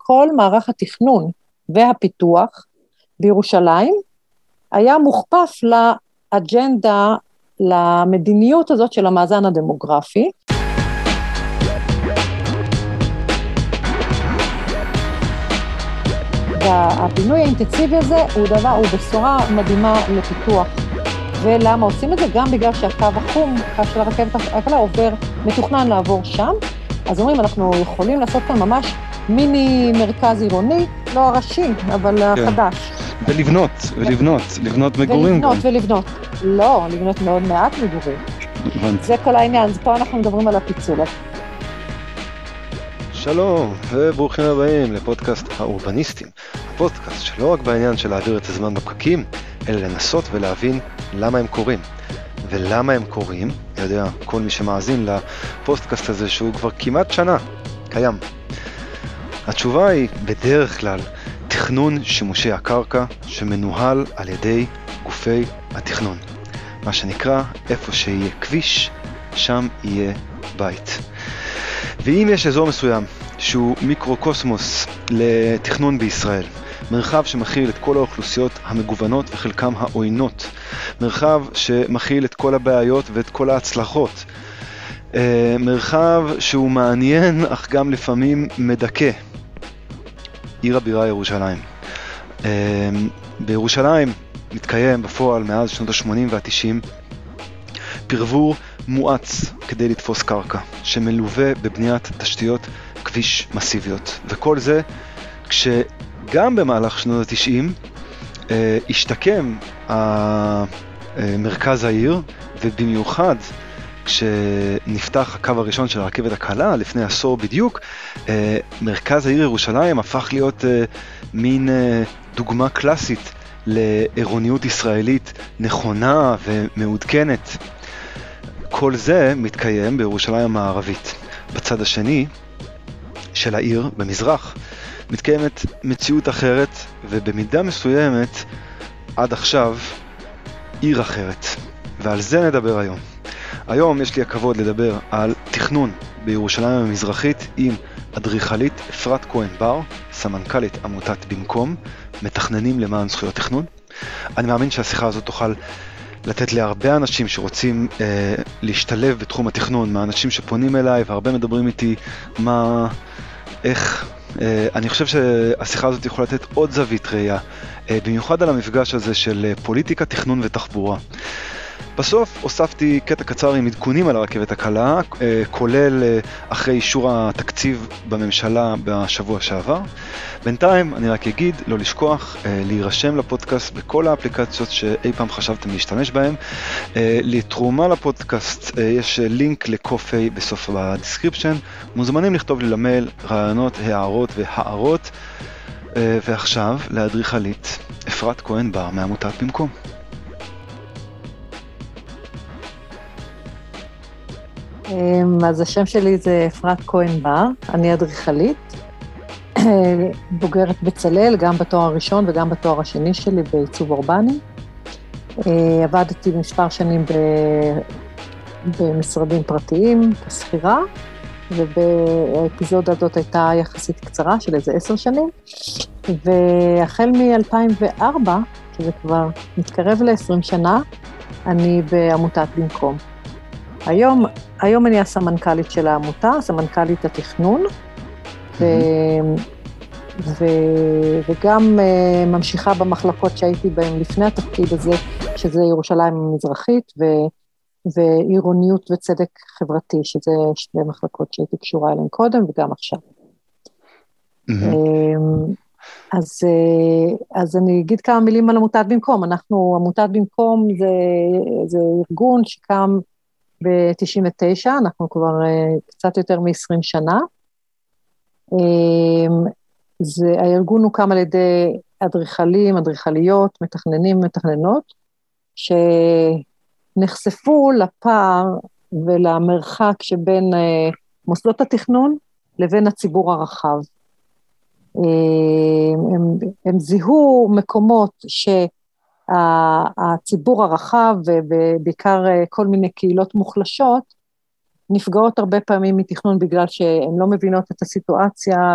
כל מערך התכנון והפיתוח בירושלים, היה מוכפף לאג'נדה, למדיניות הזאת של המאזן הדמוגרפי. והפינוי האינטנסיבי הזה הוא בשורה מדהימה לפיתוח. ולמה עושים את זה? גם בגלל שהקו החום, הקו של הרכבת הקלה עובר, מתוכנן לעבור שם, אז אומרים, אנחנו יכולים לעשות כאן ממש מיני מרכז עירוני, לא הראשי, אבל החדש. ולבנות מגורים גם. ולבנות. לא, לבנות מאוד מעט מגורים. זה כל העניין, אז פה אנחנו מדברים על הפיצול. שלום, וברוכים הבאים לפודקאסט האורבניסטים. הפודקאסט שלא רק בעניין של להעביר את הזמן בפקקים, אלא לנסות ולהבין למה הם קורים. ולמה הם קורים, יודע כל מי שמאזין לפודקאסט הזה שהוא כבר כמעט שנה קיים. התשובה היא בדרך כלל תכנון שימושי הקרקע שמנוהל על ידי גופי התכנון. מה שנקרא, איפה שיהיה כביש, שם יהיה בית. ואם יש אזור מסוים שהוא מיקרוקוסמוס לתכנון בישראל, מרחב שמכיל את כל האוכלוסיות המגוונות וחלקם העוינות, מרחב שמכיל את כל הבעיות ואת כל ההצלחות, מרחב שהוא מעניין אך גם לפעמים מדכא, עיר הבירה ירושלים. בירושלים מתקיים בפועל מאז שנות ה-80 וה-90 פרבור מואץ כדי לתפוס קרקע, שמלווה בבניית תשתיות כביש מסיביות. וכל זה כשגם במהלך שנות ה-90 השתקם מרכז העיר, ובמיוחד כשנפתח הקו הראשון של הרכבת הקלה לפני עשור בדיוק, מרכז העיר ירושלים הפך להיות מין דוגמה קלאסית לעירוניות ישראלית נכונה ומעודכנת. כל זה מתקיים בירושלים המערבית. בצד השני של העיר, במזרח, מתקיימת מציאות אחרת, ובמידה מסוימת, עד עכשיו, עיר אחרת. ועל זה נדבר היום. היום יש לי הכבוד לדבר על תכנון בירושלים המזרחית עם אדריכלית אפרת כהן בר, סמנכ"לית עמותת במקום, מתכננים למען זכויות תכנון. אני מאמין שהשיחה הזאת תוכל לתת להרבה אנשים שרוצים להשתלב בתחום התכנון, מהאנשים שפונים אליי והרבה מדברים איתי איך. אני חושב שהשיחה הזאת יכולה לתת עוד זווית ראייה, במיוחד על המפגש הזה של פוליטיקה, תכנון ותחבורה. בסוף הוספתי קטע קצר עם עדכונים על הרכבת הקלה, כולל אחרי אישור התקציב בממשלה בשבוע שעבר. בינתיים אני רק אגיד לא לשכוח להירשם לפודקאסט בכל האפליקציות שאי פעם חשבתם להשתמש בהם. לתרומה לפודקאסט יש לינק לקופי בסוף בדיסקריפשן. מוזמנים לכתוב לי למייל רעיונות, הערות והערות. ועכשיו לאדריכלית אפרת כהן בר מעמותת במקום. אז השם שלי זה אפרת כהן בר, אני אדריכלית, בוגרת בצלאל, גם בתואר הראשון וגם בתואר השני שלי בעיצוב אורבני. עבדתי מספר שנים במשרדים פרטיים, בסחירה, ובאפיזודה הזאת הייתה יחסית קצרה של איזה 10 שנים, והחל מ-2004, שזה כבר מתקרב ל-20 שנה, אני בעמותת במקום. היום אני הסמנכ"לית של העמותה, סמנכ"לית התכנון, וגם ממשיכה במחלקות שהייתי בהן לפני התפקיד הזה, שזה ירושלים המזרחית, ועירוניות וצדק חברתי, שזה שתי מחלקות שהייתי קשורה אליהן קודם וגם עכשיו. אז אני אגיד כמה מילים על עמותת במקום. עמותת במקום זה ארגון שקם ב-99, אנחנו כבר קצת יותר מ-20 שנה. הארגון הוקם על ידי אדריכלים, אדריכליות, מתכננים, מתכננות, שנחשפו לפער ולמרחק שבין מוסדות התכנון לבין הציבור הרחב. הם זיהו מקומות שהציבור הרחב, ובעיקר כל מיני קהילות מוחלשות, נפגעות הרבה פעמים מתכנון בגלל שהן לא מבינות את הסיטואציה,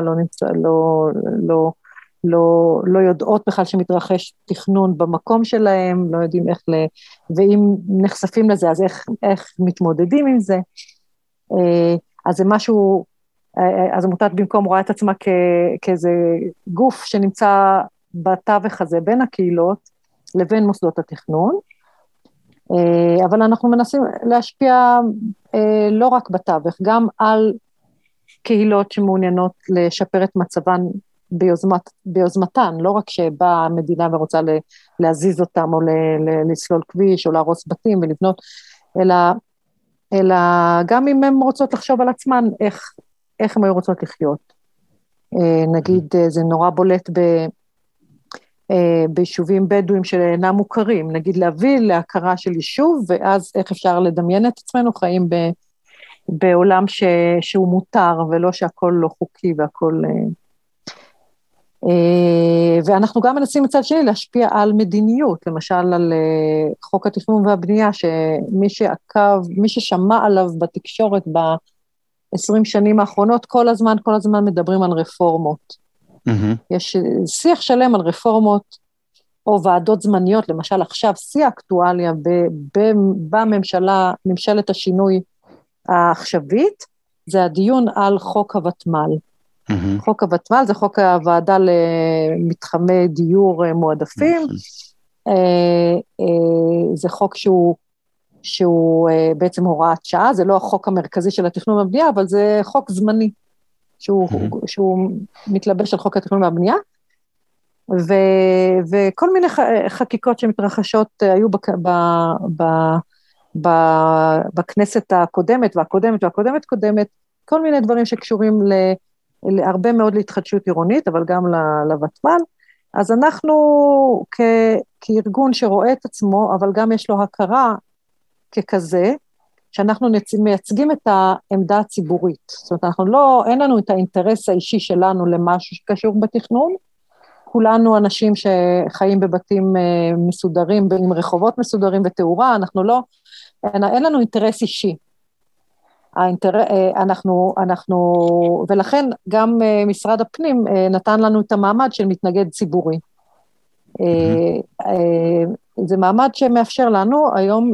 לא יודעות בכלל שמתרחש תכנון במקום שלהם, לא יודעים איך ואם נחשפים לזה, אז איך מתמודדים עם זה. אז זה משהו, אז עמותת במקום רואה את עצמה כאיזה גוף שנמצא בתווך הזה בין הקהילות לבין מוסדות התכנון, אבל אנחנו מנסים להשפיע לא רק בתווך, גם על קהילות שמעוניינות לשפר את מצבן ביוזמתן, לא רק שבאה המדינה ורוצה להזיז אותם או לסלול כביש או להרוס בתים ולבנות, אלא גם אם הן רוצות לחשוב על עצמן איך הן היו רוצות לחיות. נגיד זה נורא בולט ביישובים בדואים שאינם מוכרים, נגיד להביא להכרה של יישוב, ואז איך אפשר לדמיין את עצמנו חיים בעולם שהוא מותר, ולא שהכל לא חוקי והכל... ואנחנו גם מנסים מצד שני להשפיע על מדיניות, למשל על חוק התכנון והבנייה, מי ששמע עליו בתקשורת ב-20 שנים האחרונות, כל הזמן מדברים על רפורמות. יש שיח שלם על רפורמות או ועדות זמניות, למשל עכשיו שיא האקטואליה בממשלה, ממשלת השינוי העכשווית, זה הדיון על חוק הוותמ"ל. חוק הוותמ"ל זה חוק הוועדה למתחמי דיור מועדפים, זה חוק שהוא בעצם הוראת שעה, זה לא החוק המרכזי של התכנון והבנייה, אבל זה חוק זמני, שהוא מתלבש על חוק התכנון והבנייה, וכל מיני חקיקות שמתרחשות היו בכנסת הקודמת, והקודמת, כל מיני דברים שקשורים להרבה מאוד להתחדשות עירונית, אבל גם לוותמ"ל. אז אנחנו כארגון שרואה את עצמו, אבל גם יש לו הכרה ככזה, שאנחנו מייצגים את העמדה הציבורית. זאת אומרת, אין לנו את האינטרס האישי שלנו למשהו שקשור בתכנון, כולנו אנשים שחיים בבתים מסודרים, עם רחובות מסודרים ותאורה, אין לנו אינטרס אישי. ולכן גם משרד הפנים נתן לנו את המעמד של מתנגד ציבורי. זה מעמד שמאפשר לנו היום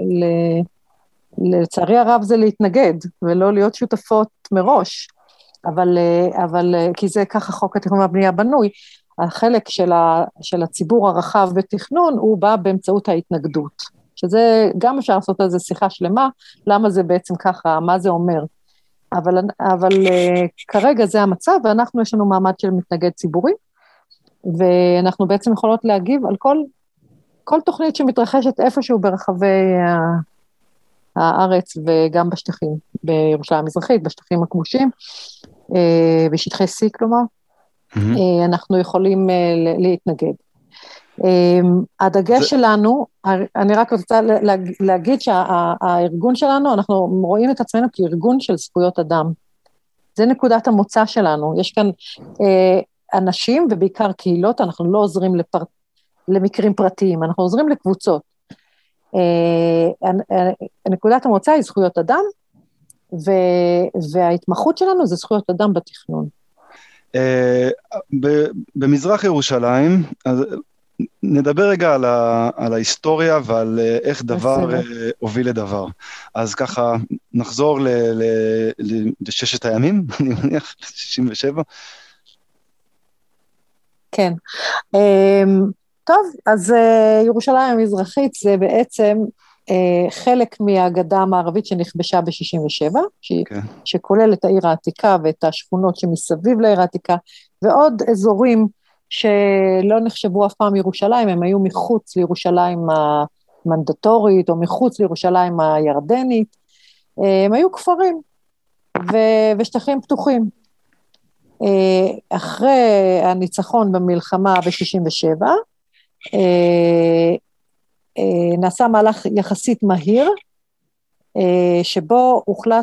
לצערי הרב זה להתנגד, ולא להיות שותפות מראש, אבל כי זה ככה חוק התכנון והבנייה בנוי, החלק של הציבור הרחב בתכנון, הוא בא באמצעות ההתנגדות, שזה גם אפשר לעשות איזו שיחה שלמה, למה זה בעצם ככה, מה זה אומר, אבל כרגע זה המצב, ואנחנו יש לנו מעמד של מתנגד ציבורי, ואנחנו בעצם יכולות להגיב על כל תוכנית שמתרחשת איפשהו ברחבי הארץ וגם בשטחים, בירושלים המזרחית, בשטחים הכבושים, בשטחי C כלומר, אנחנו יכולים להתנגד. הדגש שלנו, אני רק רוצה להגיד שהארגון שלנו, אנחנו רואים את עצמנו כארגון של זכויות אדם. זה נקודת המוצא שלנו. יש כאן אנשים ובעיקר קהילות, אנחנו לא עוזרים למקרים פרטיים, אנחנו עוזרים לקבוצות. נקודת המוצא היא זכויות אדם, וההתמחות שלנו זה זכויות אדם בתכנון. במזרח ירושלים, אז נדבר רגע על ההיסטוריה ועל איך דבר הוביל לדבר. אז ככה נחזור לששת הימים, אני מניח, 67. כן. טוב, אז ירושלים המזרחית זה בעצם חלק מהגדה המערבית שנכבשה ב-67, שכולל את העיר העתיקה ואת השכונות שמסביב לעיר העתיקה, ועוד אזורים שלא נחשבו אף פעם ירושלים, הם היו מחוץ לירושלים המנדטורית, או מחוץ לירושלים הירדנית, הם היו כפרים ושטחים פתוחים. אחרי הניצחון במלחמה ב-67, נעשה מהלך יחסית מהיר, שבו הוחלט,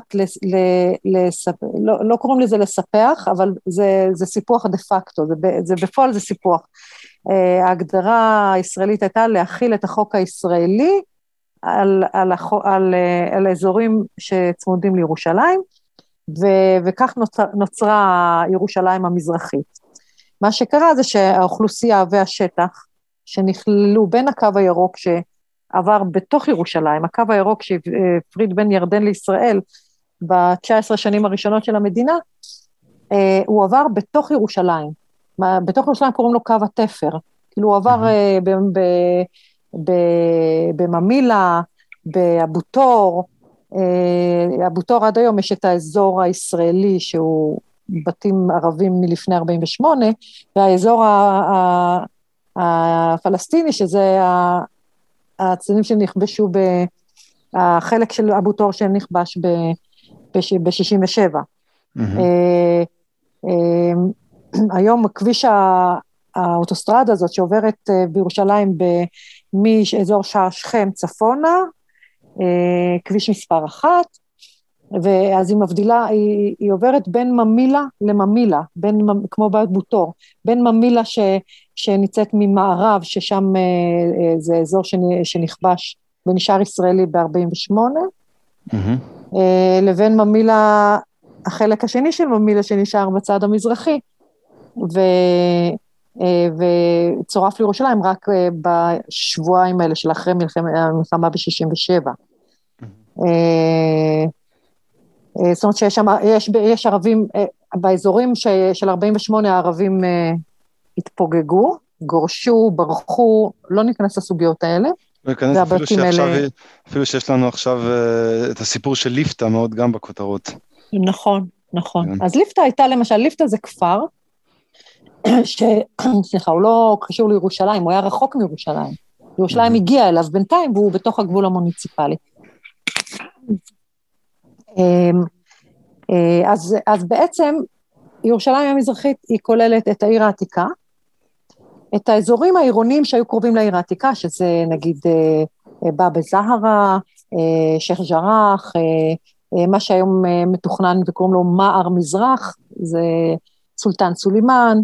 לא קוראים לזה לספח, אבל זה סיפוח דה פקטו, זה בפועל זה סיפוח. ההגדרה הישראלית הייתה להכיל את החוק הישראלי על אזורים שצמודים לירושלים, וכך נוצרה ירושלים המזרחית. מה שקרה זה שהאוכלוסייה והשטח שנכללו בין הקו הירוק שעבר בתוך ירושלים, הקו הירוק שהפריד בין ירדן לישראל ב-19 שנים הראשונות של המדינה, הוא עבר בתוך ירושלים. בתוך ירושלים קוראים לו קו התפר, כאילו הוא עבר בממילה, באבו תור, אבו תור עד היום יש את האזור הישראלי שהוא בתים ערבים מלפני 48, והאזור הפלסטיני שזה הציונים שנכבשו, החלק של אבו תור שנכבש ב-67. היום כביש האוטוסטרדה הזאת שעוברת בירושלים מאזור שער שכם צפונה, כביש מספר 1, ואז היא מבדילה, היא עוברת בין ממילה לממילה, כמו באבו תור, בין ממילה שנמצאת ממערב, ששם זה אזור שנכבש ונשאר ישראלי ב-48, לבין ממילה, החלק השני של ממילה שנשאר בצד המזרחי, וצורף לירושלים רק בשבועיים האלה של אחרי המלחמה ב-67. זאת אומרת שיש ערבים, באזורים של 48 הערבים התפוגגו, גורשו, ברחו, לא ניכנס לסוגיות האלה. אפילו שיש לנו עכשיו את הסיפור של ליפתא מאוד גם בכותרות. נכון, נכון. אז ליפתא הייתה למשל, ליפתא זה כפר, סליחה, הוא לא קשור לירושלים, הוא היה רחוק מירושלים. ירושלים הגיע אליו בינתיים, והוא בתוך הגבול המוניציפלי. אז בעצם ירושלים המזרחית היא כוללת את העיר העתיקה, את האזורים העירוניים שהיו קרובים לעיר העתיקה, שזה נגיד באב אל-זהרה, שייח' ג'ראח, מה שהיום מתוכנן וקוראים לו מער מזרח, זה סולטן סולימאן,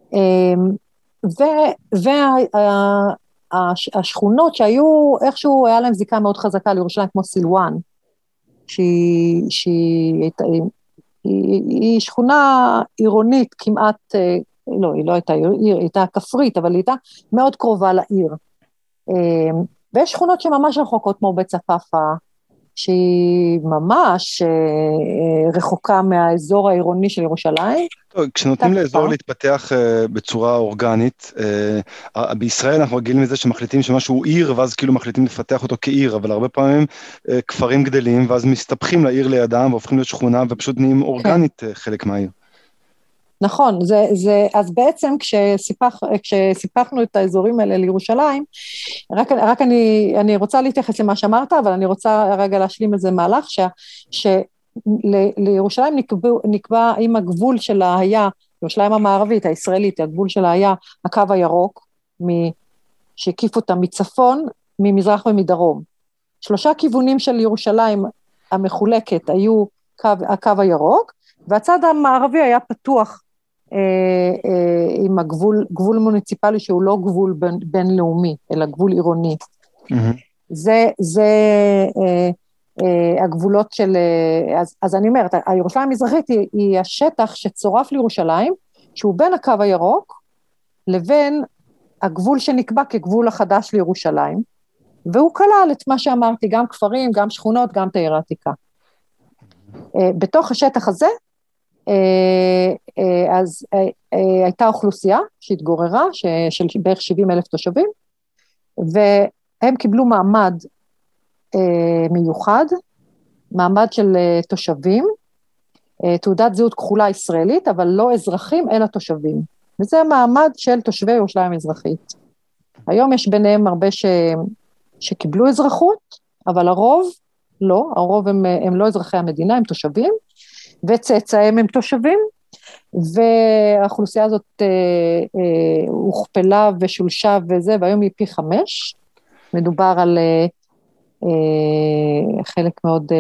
והשכונות שהיו, איכשהו היה להם זיקה מאוד חזקה לירושלים, כמו סילואן, שהיא שכונה עירונית כמעט, לא, היא לא הייתה עיר, היא הייתה כפרית, אבל היא הייתה מאוד קרובה לעיר. ויש שכונות שממש רחוקות, כמו בית צפאפא, שהיא ממש רחוקה מהאזור העירוני של ירושלים. כשנותנים לאזור להתפתח בצורה אורגנית, בישראל אנחנו רגילים לזה שמחליטים שמשהו הוא עיר, ואז כאילו מחליטים לפתח אותו כעיר, אבל הרבה פעמים כפרים גדלים, ואז מסתפחים לעיר לידם, והופכים להיות שכונה, ופשוט נהיים אורגנית חלק מהעיר. נכון, אז בעצם כשסיפחנו את האזורים האלה לירושלים, רק אני רוצה להתייחס למה שאמרת, אבל אני רוצה רגע להשלים איזה מהלך, שלירושלים נקבע עם הגבול שלה היה, ירושלים המערבית, הישראלית, הגבול שלה היה הקו הירוק, שהקיף אותה מצפון, ממזרח ומדרום. 3 כיוונים של ירושלים המחולקת היו הקו הירוק, והצד המערבי היה פתוח, עם גבול מוניציפלי שהוא לא גבול בינלאומי, אלא גבול עירוני. זה הגבולות של, אז אני אומרת, הירושלים המזרחית היא השטח שצורף לירושלים, שהוא בין הקו הירוק, לבין הגבול שנקבע כגבול החדש לירושלים, והוא כלל את מה שאמרתי, גם כפרים, גם שכונות, גם העיר העתיקה. בתוך השטח הזה, אז הייתה אוכלוסייה שהתגוררה, של בערך 70,000 תושבים, והם קיבלו מעמד מיוחד, מעמד של תושבים, תעודת זהות כחולה ישראלית, אבל לא אזרחים אלא תושבים, וזה המעמד של תושבי ירושלים המזרחית. היום יש ביניהם הרבה שקיבלו אזרחות, אבל הרוב לא, הרוב הם לא אזרחי המדינה, הם תושבים, וצאצאיהם הם תושבים, והאוכלוסייה הזאת הוכפלה ושולשה וזה, והיום היא פי 5, מדובר על חלק מאוד,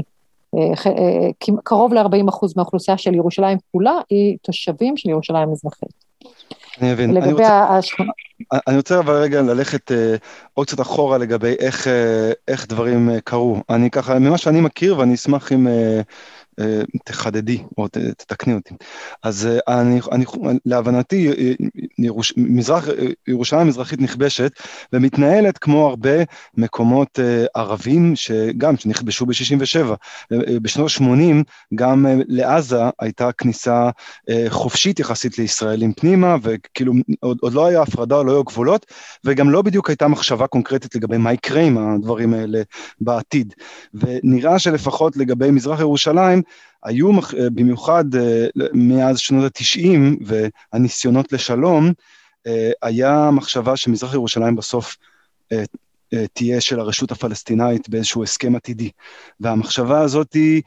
קרוב ל-40% מהאוכלוסייה של ירושלים כולה, היא תושבים של ירושלים המזרחית. אני מבין. אני רוצה אבל רגע ללכת עוד קצת אחורה לגבי איך דברים קרו. אני ככה, ממה שאני מכיר, ואני אשמח אם תחדדי או תתקני אותי. אז להבנתי, ירושלים המזרחית נכבשת ומתנהלת כמו הרבה מקומות ערבים שגם שנכבשו ב-67. בשנות ה-80 גם לעזה הייתה כניסה חופשית יחסית לישראלים פנימה, וכאילו עוד לא היה הפרדה, לא היו גבולות, וגם לא בדיוק הייתה מחשבה קונקרטית לגבי מה יקרה עם הדברים האלה בעתיד. ונראה שלפחות לגבי מזרח ירושלים, היו במיוחד מאז שנות ה-90 והניסיונות לשלום, היה מחשבה שמזרח ירושלים בסוף תהיה של הרשות הפלסטינאית באיזשהו הסכם עתידי. והמחשבה הזאת היא,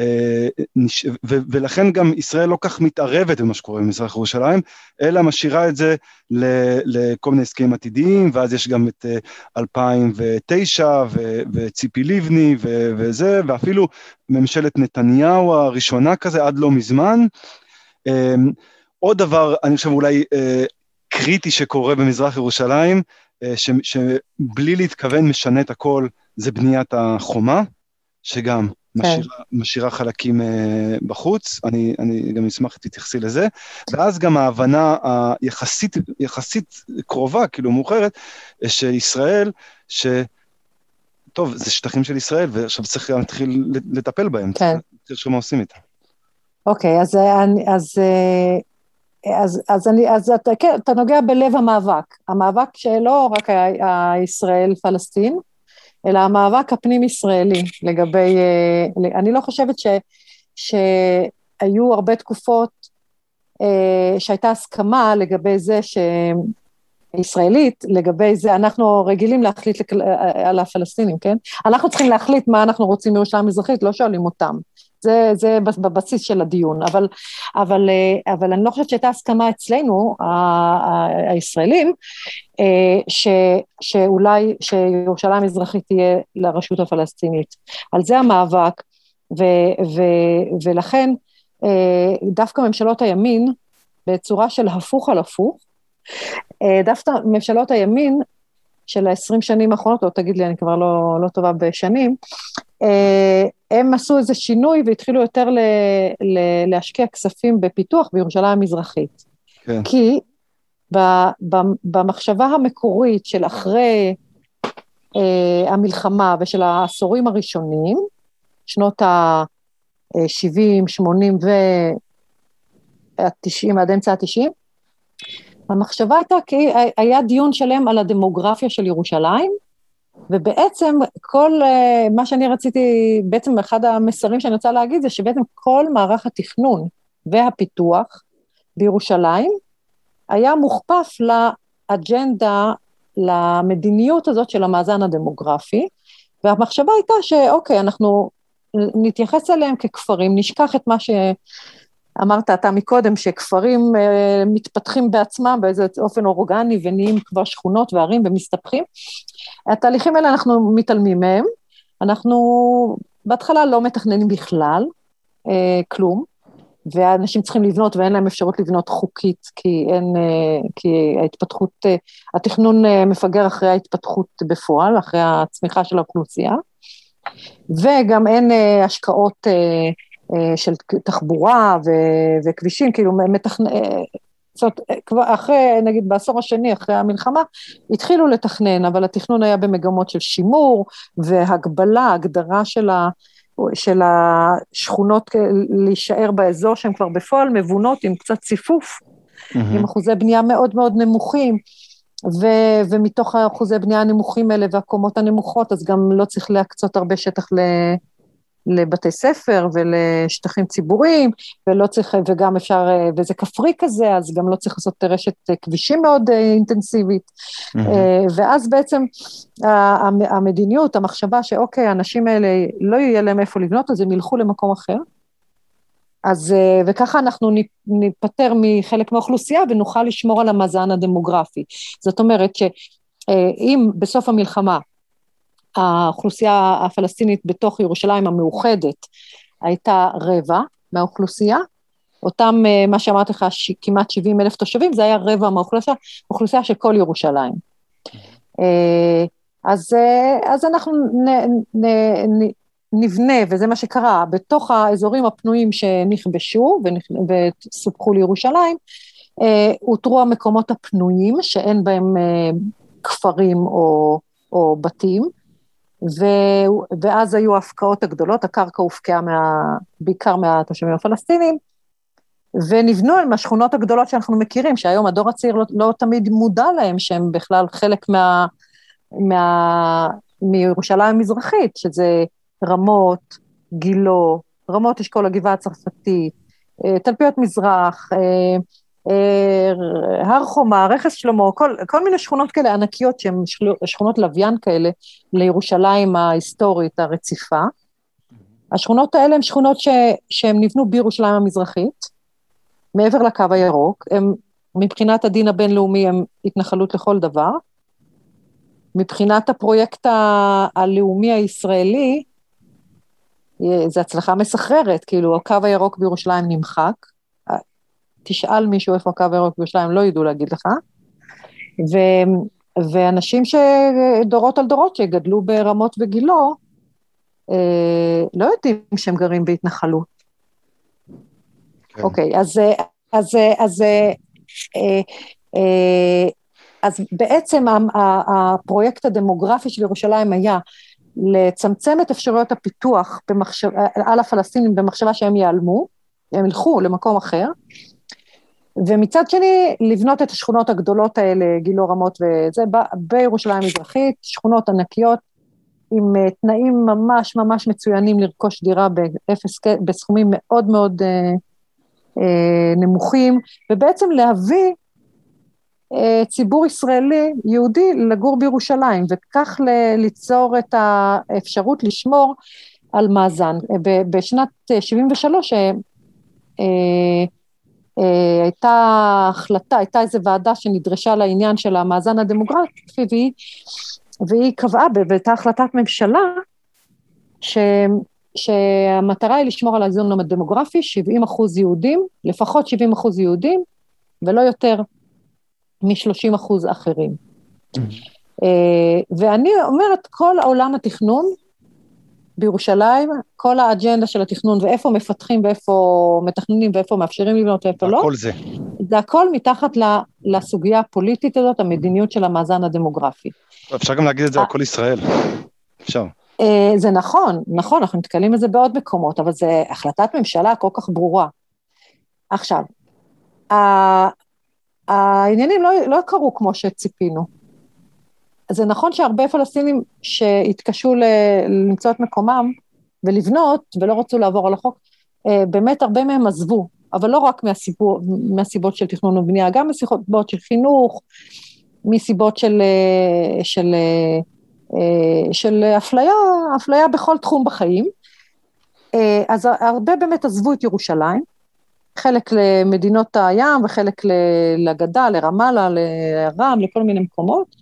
ולכן גם ישראל לא כך מתערבת במה שקורה במזרח ירושלים, אלא משאירה את זה לכל מיני הסכמים עתידיים, ואז יש גם את 2009 וציפי לבני וזה, ואפילו ממשלת נתניהו הראשונה כזה עד לא מזמן. עוד דבר, אני חושב אולי קריטי שקורה במזרח ירושלים, שבלי להתכוון משנה את הכל, זה בניית החומה, שגם משאירה חלקים בחוץ, אני גם אשמח שתתייחסי לזה, ואז גם ההבנה היחסית קרובה, כאילו מאוחרת, שישראל, טוב, זה שטחים של ישראל, ועכשיו צריך להתחיל לטפל בהם, צריך שמה עושים איתם. אוקיי, אז אתה נוגע בלב המאבק שלא רק הישראל-פלסטין, אלא המאבק הפנים-ישראלי לגבי, אני לא חושבת שהיו הרבה תקופות שהייתה הסכמה לגבי זה ישראלית, לגבי זה אנחנו רגילים להחליט על הפלסטינים, כן? אנחנו צריכים להחליט מה אנחנו רוצים מירושלים המזרחית, לא שואלים אותם. זה בבסיס של הדיון, אבל אני לא חושבת שהייתה הסכמה אצלנו, הישראלים, שאולי שירושלים המזרחית תהיה לרשות הפלסטינית. על זה המאבק, ולכן דווקא ממשלות הימין, בצורה של הפוך על הפוך, דווקא ממשלות הימין של ה-20 שנים האחרונות, או תגיד לי, אני כבר לא טובה בשנים, הם עשו איזה שינוי והתחילו יותר להשקיע כספים בפיתוח בירושלים המזרחית. כן. כי במחשבה המקורית של אחרי המלחמה ושל העשורים הראשונים, שנות ה-70, 80 ו-90, עד אמצע ה-90, המחשבה הייתה כי היה דיון שלם על הדמוגרפיה של ירושלים, ובעצם כל מה שאני רציתי, בעצם אחד המסרים שאני רוצה להגיד זה שבעצם כל מערך התכנון והפיתוח בירושלים היה מוכפף לאג'נדה, למדיניות הזאת של המאזן הדמוגרפי, והמחשבה הייתה שאוקיי, אנחנו נתייחס אליהם ככפרים, נשכח את מה שאמרת אתה מקודם, שכפרים מתפתחים בעצמם באיזה אופן אורגני, ונהיים כבר שכונות וערים ומסתפחים. התהליכים האלה אנחנו מתעלמים מהם, אנחנו בהתחלה לא מתכננים בכלל כלום, ואנשים צריכים לבנות ואין להם אפשרות לבנות חוקית, כי ההתפתחות, התכנון מפגר אחרי ההתפתחות בפועל, אחרי הצמיחה של האוכלוסייה, וגם אין השקעות של תחבורה וכבישים, כאילו זאת אומרת, אחרי, נגיד בעשור השני, אחרי המלחמה, התחילו לתכנן, אבל התכנון היה במגמות של שימור, והגבלה, הגדרה של השכונות להישאר באזור, שהן כבר בפועל מבונות עם קצת ציפוף, עם אחוזי בנייה מאוד מאוד נמוכים, ומתוך האחוזי בנייה הנמוכים האלה, והקומות הנמוכות, אז גם לא צריך להקצות הרבה שטח לבתי ספר ולשטחים ציבוריים, ולא צריך, וגם אפשר, וזה כפרי כזה, אז גם לא צריך לעשות רשת כבישים מאוד אינטנסיבית, ואז בעצם המדיניות, המחשבה שאוקיי, האנשים האלה לא יהיה להם איפה לבנות, אז הם ילכו למקום אחר, אז, וככה אנחנו ניפטר מחלק מהאוכלוסייה, ונוכל לשמור על המאזן הדמוגרפי. זאת אומרת שאם בסוף המלחמה, האוכלוסייה הפלסטינית בתוך ירושלים המאוחדת הייתה רבע מהאוכלוסייה, אותם, מה שאמרתי לך, כמעט 70,000 תושבים, זה היה רבע מהאוכלוסייה של כל ירושלים. אז אנחנו נבנה, וזה מה שקרה, בתוך האזורים הפנויים שנכבשו וסופחו לירושלים, הותרו המקומות הפנויים, שאין בהם כפרים או בתים, ואז היו ההפקעות הגדולות, הקרקע הופקעה בעיקר מהתושבים הפלסטינים, ונבנו על השכונות הגדולות שאנחנו מכירים, שהיום הדור הצעיר לא תמיד מודע להם, שהם בכלל חלק מירושלים המזרחית, שזה רמות, גילו, רמות אשכול הגבעה הצרפתית, תלפיות מזרח, הר חומה, רכס שלמה, כל מיני שכונות כאלה ענקיות, שהן שכונות לוויין כאלה, לירושלים ההיסטורית הרציפה. השכונות האלה הן שכונות שהן נבנו בירושלים המזרחית, מעבר לקו הירוק, הם מבחינת הדין הבינלאומי הם התנחלות לכל דבר, מבחינת הפרויקט הלאומי הישראלי, זה הצלחה מסחררת, כאילו הקו הירוק בירושלים נמחק, תשאל מישהו איפה הקו הירוק בירושלים, לא ידעו להגיד לך, ואנשים שדורות על דורות שגדלו ברמות וגילו, לא יודעים שהם גרים בהתנחלות. אוקיי, אז בעצם הפרויקט הדמוגרפי של ירושלים היה לצמצם את אפשרויות הפיתוח על הפלסטינים במחשבה שהם ייעלמו, הם ילכו למקום אחר, ומצד שני לבנות את השכונות הגדולות האלה, גילו רמות וזה, בירושלים מזרחית, שכונות ענקיות, עם תנאים ממש ממש מצוינים לרכוש דירה בסכומים מאוד מאוד נמוכים, ובעצם להביא ציבור ישראלי, יהודי, לגור בירושלים, וכך ליצור את האפשרות לשמור על מאזן. בשנת 73' הייתה איזו ועדה שנדרשה לעניין של המאזן הדמוגרפי, והיא קבעה, והייתה החלטת ממשלה, שהמטרה היא לשמור על האיזון הדמוגרפי, 70% יהודים, לפחות 70% יהודים, ולא יותר מ-30% אחרים. ואני אומרת, כל העולם התכנון בירושלים, כל האג'נדה של התכנון, ואיפה מפתחים, ואיפה מתכננים, ואיפה מאפשרים לבנות, ואיפה לא. הכל זה. זה הכל מתחת לסוגיה הפוליטית הזאת, המדיניות של המאזן הדמוגרפי. אפשר גם להגיד את זה על כל ישראל. אפשר. זה נכון, אנחנו נתקלים בזה בעוד מקומות, אבל זה החלטת ממשלה כל כך ברורה. עכשיו, העניינים לא קרו כמו שציפינו. זה נכון שהרבה פלסטינים שהתקשו למצוא את מקומם ולבנות, ולא רצו לעבור על החוק, באמת הרבה מהם עזבו, אבל לא רק מהסיבות של תכנון ובנייה, גם מסיבות של חינוך, מסיבות של אפליה בכל תחום בחיים. אז הרבה באמת עזבו את ירושלים, חלק למדינות הים וחלק לגדה, לרמאללה, לרם, לכל מיני מקומות.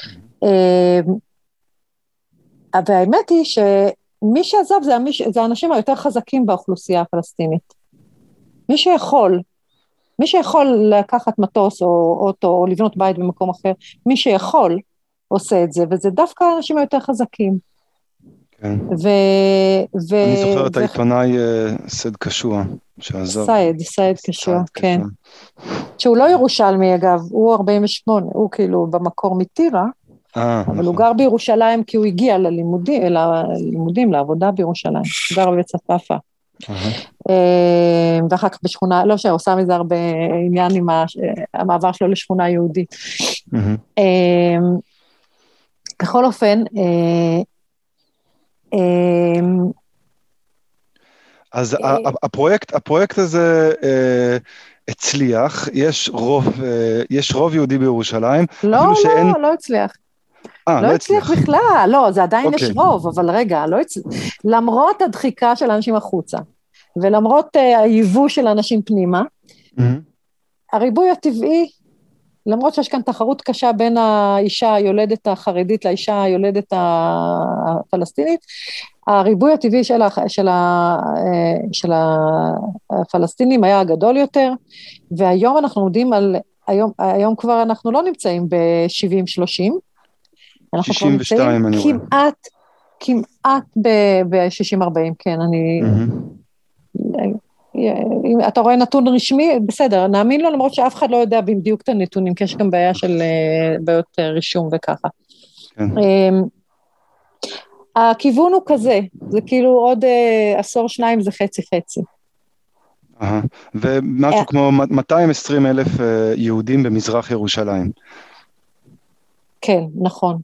והאמת היא שמי שעזב זה האנשים היותר חזקים באוכלוסייה הפלסטינית. מי שיכול לקחת מטוס או אוטו או לבנות בית במקום אחר, מי שיכול עושה את זה, וזה דווקא האנשים היותר חזקים. כן. אני זוכר את העיתונאי סייד קשוע, שעזב. סייד קשוע, כן. שהוא לא ירושלמי אגב, הוא 48, הוא כאילו במקור מטירה, אבל הוא גר בירושלים כי הוא הגיע ללימודים, לעבודה בירושלים, הוא גר בבית צפאפא. ואחר כך בשכונה, לא שעושה מזה הרבה עניין עם המעבר שלו לשכונה יהודית. בכל אופן, אז הפרויקט הזה הצליח, יש רוב יהודי בירושלים. לא הצליח. לא הצליח בכלל, לא, זה עדיין יש רוב, אבל רגע, למרות הדחיקה של האנשים החוצה, ולמרות היבוא של האנשים פנימה, הריבוי הטבעי למרות שיש כאן תחרות קשה בין האישה היולדת החרדית לאישה היולדת הפלסטינית, הריבוי הטבעי של הפלסטינים היה גדול יותר, והיום אנחנו עומדים על, היום כבר אנחנו לא נמצאים ב-70-30, אנחנו כבר נמצאים כמעט ב-60-40, כן, אם אתה רואה נתון רשמי, בסדר, נאמין לו, למרות שאף אחד לא יודע בדיוק את הנתונים, כי יש גם בעיה של בעיות רישום וככה. הכיוון הוא כזה, זה כאילו עוד עשור שניים זה חצי-חצי. ומשהו כמו 220,000 יהודים במזרח ירושלים. כן, נכון.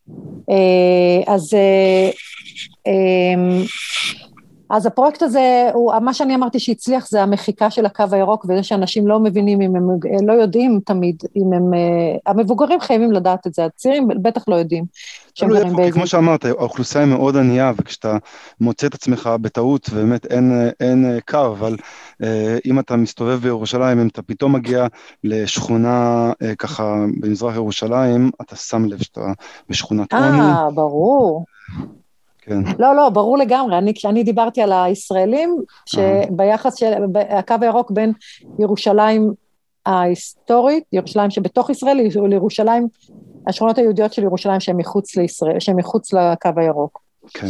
אז הפרויקט הזה, מה שאני אמרתי שהצליח זה המחיקה של הקו הירוק, וזה שאנשים לא מבינים, אם הם לא יודעים תמיד, אם הם, המבוגרים חייבים לדעת את זה, הצעירים בטח לא יודעים. כמו שאמרת, האוכלוסייה היא מאוד ענייה, וכשאתה מוצא את עצמך בטעות, ובאמת אין קו, אבל אם אתה מסתובב בירושלים, אם אתה פתאום מגיע לשכונה ככה במזרח ירושלים, אתה שם לב שאתה בשכונת עוני. ברור. כן. לא, ברור לגמרי, כשאני דיברתי על הישראלים, שביחס של הקו הירוק בין ירושלים ההיסטורית, ירושלים שבתוך ישראל, לירושלים, השכונות היהודיות של ירושלים שהן מחוץ לישראל, שהן מחוץ לקו הירוק. כן.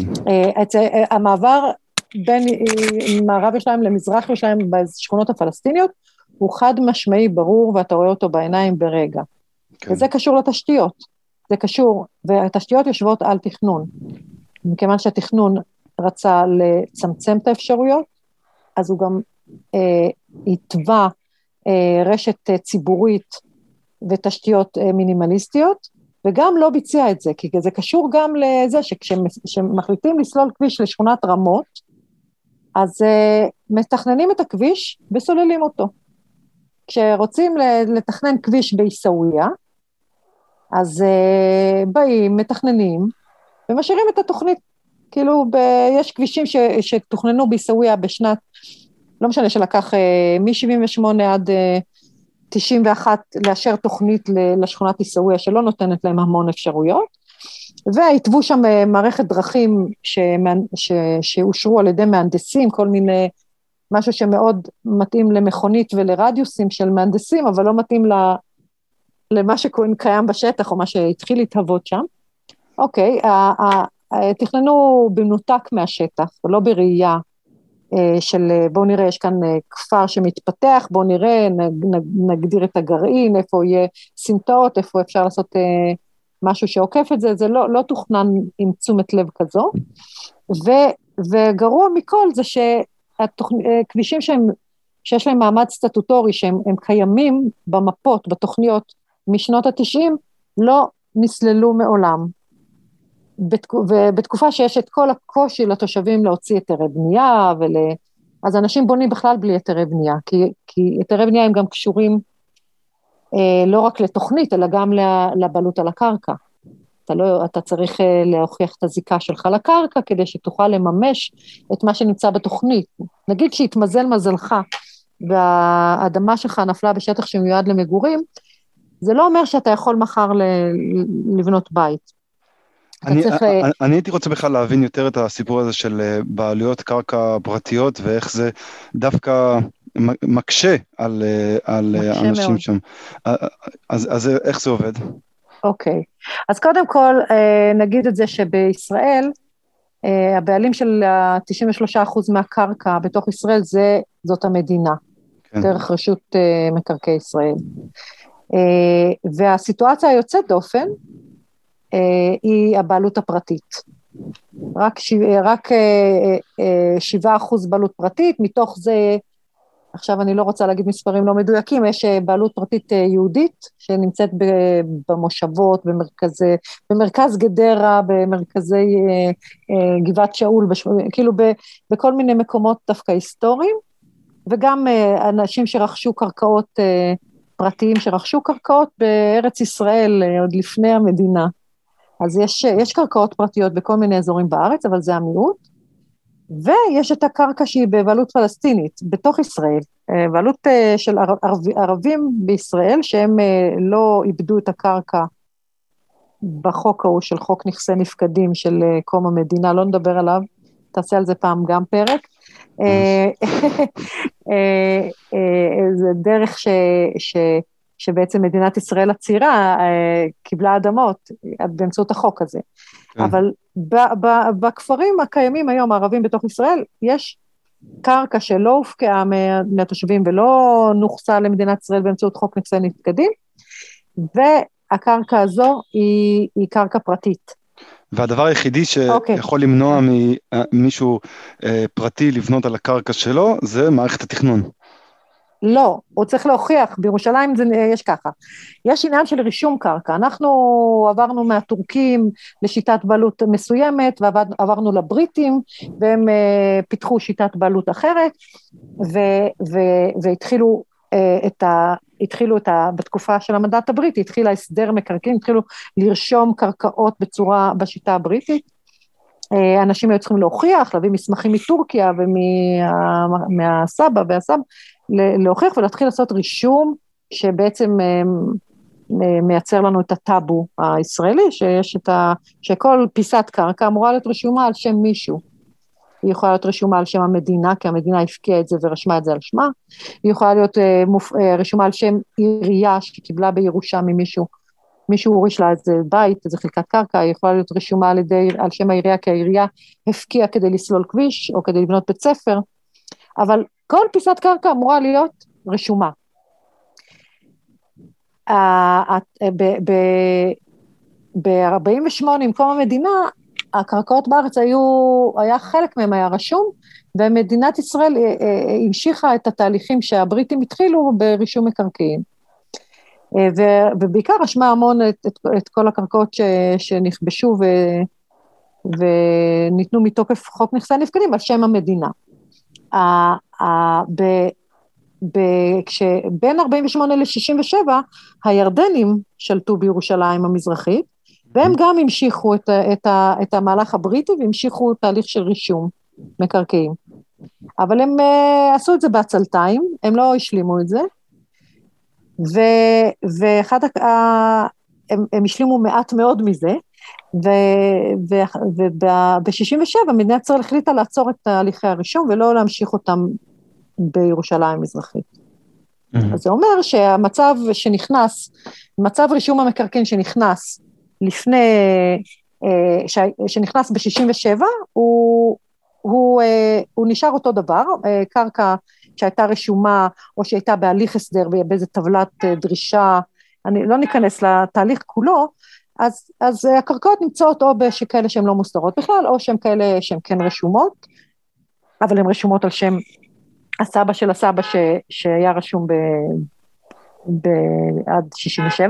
המעבר בין מערב ירושלים למזרח ירושלים בשכונות הפלסטיניות, הוא חד משמעי ברור, ואתה רואה אותו בעיניים ברגע. כן. וזה קשור לתשתיות, זה קשור, והתשתיות יושבות על תכנון. מכיוון שהתכנון רצה לצמצם את האפשרויות, אז הוא גם התווה רשת ציבורית ותשתיות מינימליסטיות, וגם לא ביצע את זה, כי זה קשור גם לזה שכשמחליטים לסלול כביש לשכונת רמות, אז מתכננים את הכביש וסוללים אותו. כשרוצים לתכנן כביש בעיסאוויה, אז באים, מתכננים, ומשאירים את התוכנית, כאילו יש כבישים שתוכננו בעיסאוויה בשנת, לא משנה שלקח מ-78 עד 91 לאשר תוכנית לשכונת עיסאוויה, שלא נותנת להם המון אפשרויות, והתוו שם מערכת דרכים שאושרו על ידי מהנדסים, כל מיני, משהו שמאוד מתאים למכונית ולרדיוסים של מהנדסים, אבל לא מתאים למה שקיים בשטח, או מה שהתחיל להתהוות שם. אוקיי, תכננו במנותק מהשטח, ולא בראייה של בואו נראה, יש כאן כפר שמתפתח, בואו נראה, נגדיר את הגרעין, איפה יהיה סמטאות, איפה אפשר לעשות משהו שעוקף את זה, זה לא תוכנן עם תשומת לב כזו, וגרוע מכל זה שכבישים שיש להם מעמד סטטוטורי, שהם קיימים במפות, בתוכניות משנות ה-90, לא נסללו מעולם. ובתקופה שיש את כל הקושי לתושבים להוציא היתרי בנייה, אז אנשים בונים בכלל בלי היתרי בנייה, כי היתרי בנייה הם גם קשורים לא רק לתוכנית, אלא גם לבעלות על הקרקע. אתה צריך להוכיח את הזיקה שלך לקרקע, כדי שתוכל לממש את מה שנמצא בתוכנית. נגיד שהתמזל מזלך, והאדמה שלך נפלה בשטח שמיועד למגורים, זה לא אומר שאתה יכול מחר לבנות בית. אני הייתי רוצה בכלל להבין יותר את הסיפור הזה של בעלויות קרקע פרטיות, ואיך זה דווקא מקשה על אנשים שם. אז איך זה עובד? אוקיי, אז קודם כל נגיד את זה שבישראל, הבעלים של 93% מהקרקע בתוך ישראל זאת המדינה, דרך רשות מקרקעי ישראל. והסיטואציה היוצאת דופן, היא הבעלות הפרטית. רק 7% בעלות פרטית, מתוך זה, עכשיו אני לא רוצה להגיד מספרים לא מדויקים, יש בעלות פרטית יהודית, שנמצאת במושבות, במרכז גדרה, במרכזי גבעת שאול, כאילו בכל מיני מקומות דווקא היסטוריים, וגם אנשים שרכשו קרקעות פרטיים, שרכשו קרקעות בארץ ישראל, עוד לפני המדינה. אז יש קרקעות פרטיות בכל מיני אזורים בארץ, אבל זה המיעוט. ויש את הקרקע שהיא בבעלות פלסטינית, בתוך ישראל, בעלות של ערבים בישראל, שהם לא איבדו את הקרקע בחוק ההוא של חוק נכסי נפקדים של קום המדינה, לא נדבר עליו, תעשה על זה פעם גם פרק. זה דרך שבעצם מדינת ישראל הצעירה קיבלה אדמות באמצעות החוק הזה. אבל בכפרים הקיימים היום, הערבים בתוך ישראל, יש קרקע שלא הופקעה מהתושבים ולא נוחסה למדינת ישראל באמצעות חוק נכסי נפקדים, והקרקע הזו היא קרקע פרטית. והדבר היחידי שיכול למנוע ממישהו פרטי לבנות על הקרקע שלו, זה מערכת התכנון. לא, הוא צריך להוכיח, בירושלים יש ככה, יש עניין של רישום קרקע, אנחנו עברנו מהטורקים לשיטת בעלות מסוימת, ועברנו לבריטים, והם פיתחו שיטת בעלות אחרת, והתחילו בתקופה של המנדט הבריטי, התחילה הסדר מקרקעין, התחילו לרשום קרקעות בשיטה הבריטית, אנשים היו צריכים להוכיח, להביא מסמכים מטורקיה ומהסבא והסבא, להוכיח ולהתחיל לעשות רישום שבעצם מייצר לנו את הטאבו הישראלי, שכל פיסת קרקע אמורה להיות רשומה על שם מישהו. היא יכולה להיות רשומה על שם המדינה, כי המדינה הפקיעה את זה ורשמה את זה על שמה. היא יכולה להיות רשומה על שם עירייה שקיבלה בירושה ממישהו, מישהו הוריש לה איזה בית, איזה חלקת קרקע, היא יכולה להיות רשומה על שם העירייה, כי העירייה הפקיעה כדי לסלול כביש, או כדי לבנות בית ספר, אבל כל פיסת קרקע אמורה להיות רשומה. ב-48 עם קום המדינה, הקרקעות בארץ היה חלק מהם היה רשום, ומדינת ישראל המשיכה את התהליכים שהבריטים התחילו ברישום מקרקעין. ובעיקר רשמה המון את כל הקרקעות שנכבשו וניתנו מתוקף חוק נכסי נפקדים על שם המדינה. כשבין 48 ל-67, הירדנים שלטו בירושלים המזרחית, והם גם המשיכו את המהלך הבריטי, והמשיכו תהליך של רישום מקרקעים. אבל הם עשו את זה בעצלתיים, הם לא השלימו את זה, הם השלימו מעט מאוד מזה, וב-67 מדינת ישראל החליטה לעצור את תהליכי הרישום, ולא להמשיך אותם בירושלים המזרחית. אז זה אומר שהמצב שנכנס, מצב רישום המקרקעין שנכנס לפני, שנכנס ב-67, הוא נשאר אותו דבר, קרקע שהייתה רשומה, או שהייתה בהליך הסדר, באיזה טבלת דרישה, אני לא ניכנס לתהליך כולו, אז הקרקעות נמצאות או כאלה שהן לא מוסדרות בכלל, או שהן כאלה שהן כן רשומות, אבל הן רשומות על שם הסבא של הסבא שהיה רשום עד 67,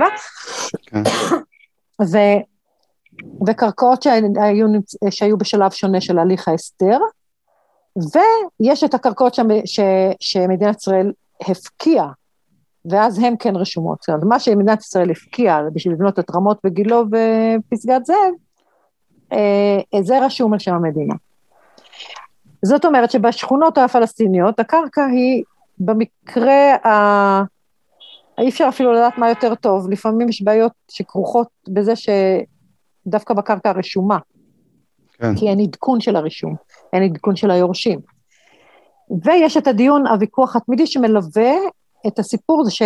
וקרקעות שהיו בשלב שונה של הליך ההסדר, ויש את הקרקעות שמדינת ישראל הפקיעה, ואז הם כן רשומות. זאת אומרת, מה שמדינת ישראל הפקיעה בשביל לבנות את רמות וגילו ופסגת זאב, זה רשום על שם המדינה. זאת אומרת שבשכונות הפלסטיניות, הקרקע היא במקרה, אי אפשר אפילו לדעת מה יותר טוב, לפעמים יש בעיות שכרוכות בזה שדווקא בקרקע הרשומה, כן. כי אין עדכון של הרישום, אין עדכון של היורשים. ויש את הדיון, הוויכוח התמידי שמלווה את הסיפור, זה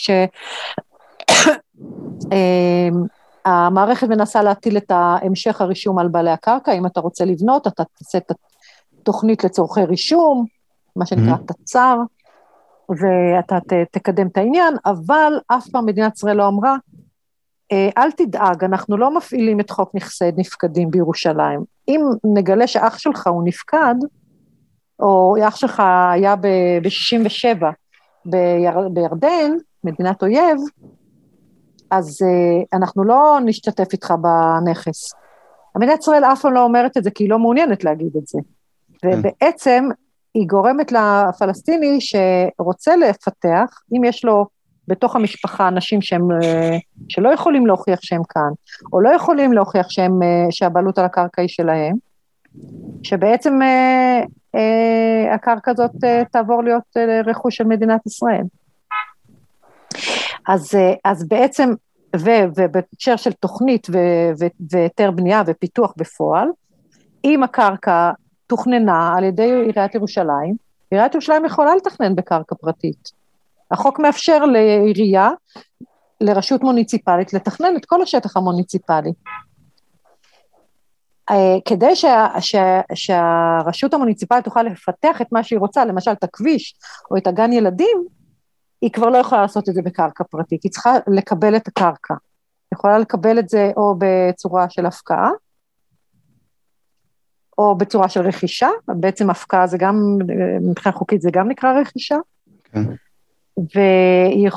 המערכת מנסה להטיל את המשך הרישום על בעלי הקרקע, אם אתה רוצה לבנות, אתה תעשה את תוכנית לצורכי רישום, מה שנקרא תצ"ר, ואתה תקדם את העניין, אבל אף פעם מדינת ישראל לא אמרה, אל תדאג, אנחנו לא מפעילים את חוק נכסי נפקדים בירושלים. אם נגלה שאח שלך הוא נפקד, או אח שלך היה ב-67 בירדן, מדינת אויב, אז אנחנו לא נשתתף איתך בנכס. המדינת ישראל אף פעם לא אומרת את זה, כי היא לא מעוניינת להגיד את זה. ובעצם היא גורמת לפלסטיני שרוצה לפתח, אם יש לו בתוך המשפחה אנשים שלא יכולים להוכיח שהם כאן, או לא יכולים להוכיח שהבעלות על הקרקע היא שלהם, שבעצם הקרקע הזאת תעבור להיות רכוש של מדינת ישראל. אז בעצם, ובהקשר של תוכנית ויתר בנייה ופיתוח בפועל, אם הקרקע תוכננה על ידי עיריית ירושלים, עיריית ירושלים יכולה לתכנן בקרקע פרטית. החוק מאפשר לעירייה, לרשות מוניציפלית, לתכנן את כל השטח המוניציפלי. כדי שהרשות המוניציפלית תוכל לפתח את מה שהיא רוצה, למשל את הכביש או את הגן ילדים, היא כבר לא יכולה לעשות את זה בקרקע פרטית, היא צריכה לקבל את הקרקע. היא יכולה לקבל את זה או בצורה של הפקעה, או בצורה של רכישה, בעצם הפקעה זה גם, מבחינה חוקית זה גם נקרא רכישה, כן. והיא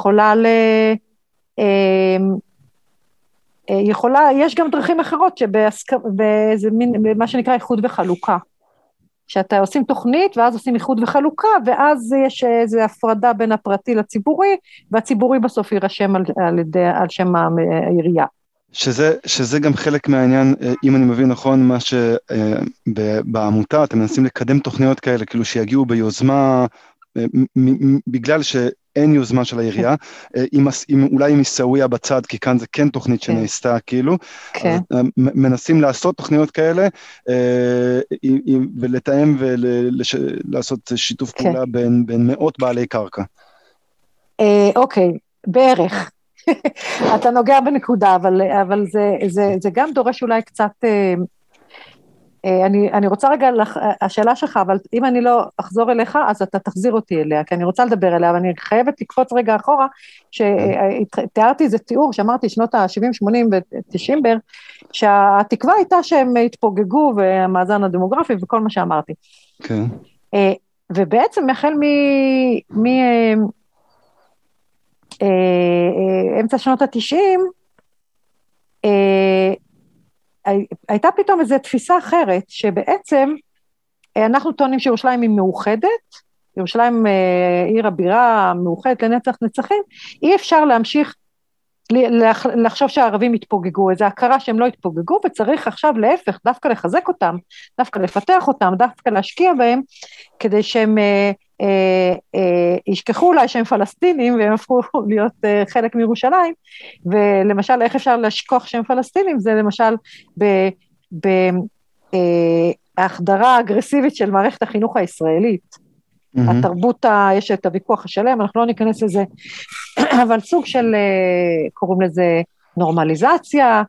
יכולה, יש גם דרכים אחרות שבאיזה מין, מה שנקרא איחוד וחלוקה, שאתה עושים תוכנית ואז עושים איחוד וחלוקה, ואז יש איזו הפרדה בין הפרטי לציבורי, והציבורי בסוף יירשם על שם העירייה. שזה גם חלק מהעניין, אם אני מבין נכון, מה שבעמותה אתם מנסים לקדם תוכניות כאלה, כאילו שיגיעו ביוזמה, בגלל שאין יוזמה של העירייה, אולי עם מסעויה בצד, כי כאן זה כן תוכנית שנעשתה, כאילו, מנסים לעשות תוכניות כאלה, ולתאם ולעשות שיתוף פעולה בין מאות בעלי קרקע. אוקיי, בערך. אתה נוגע בנקודה, אבל זה גם דורש אולי קצת, אני רוצה רגע, השאלה שלך, אבל אם אני לא אחזור אליך, אז אתה תחזיר אותי אליה, כי אני רוצה לדבר אליה, ואני חייבת לקפוץ רגע אחורה, שתיארתי איזה תיאור, שאמרתי שנות ה-70, 80 ו-90 בערך, שהתקווה הייתה שהם התפוגגו, והמאזן הדמוגרפי וכל מה שאמרתי. כן. ובעצם החל אמצע שנות ה-90, הייתה פתאום איזו תפיסה אחרת, שבעצם אנחנו טוענים שירושלים היא מאוחדת, ירושלים עיר הבירה מאוחדת לנצח נצחים, אי אפשר להמשיך לחשוב שהערבים יתפוגגו, איזו הכרה שהם לא יתפוגגו, וצריך עכשיו להפך, דווקא לחזק אותם, דווקא לפתח אותם, דווקא להשקיע בהם, כדי שהם ישכחו אולי שהם פלסטינים, והם הפכו להיות חלק מירושלים, ולמשל איך אפשר לשכוח שהם פלסטינים, זה למשל בהחדרה האגרסיבית של מערכת החינוך הישראלית, התרבות, יש את הוויכוח השלם, אנחנו לא ניכנס לזה, אבל סוג של, קוראים לזה נורמליזציה,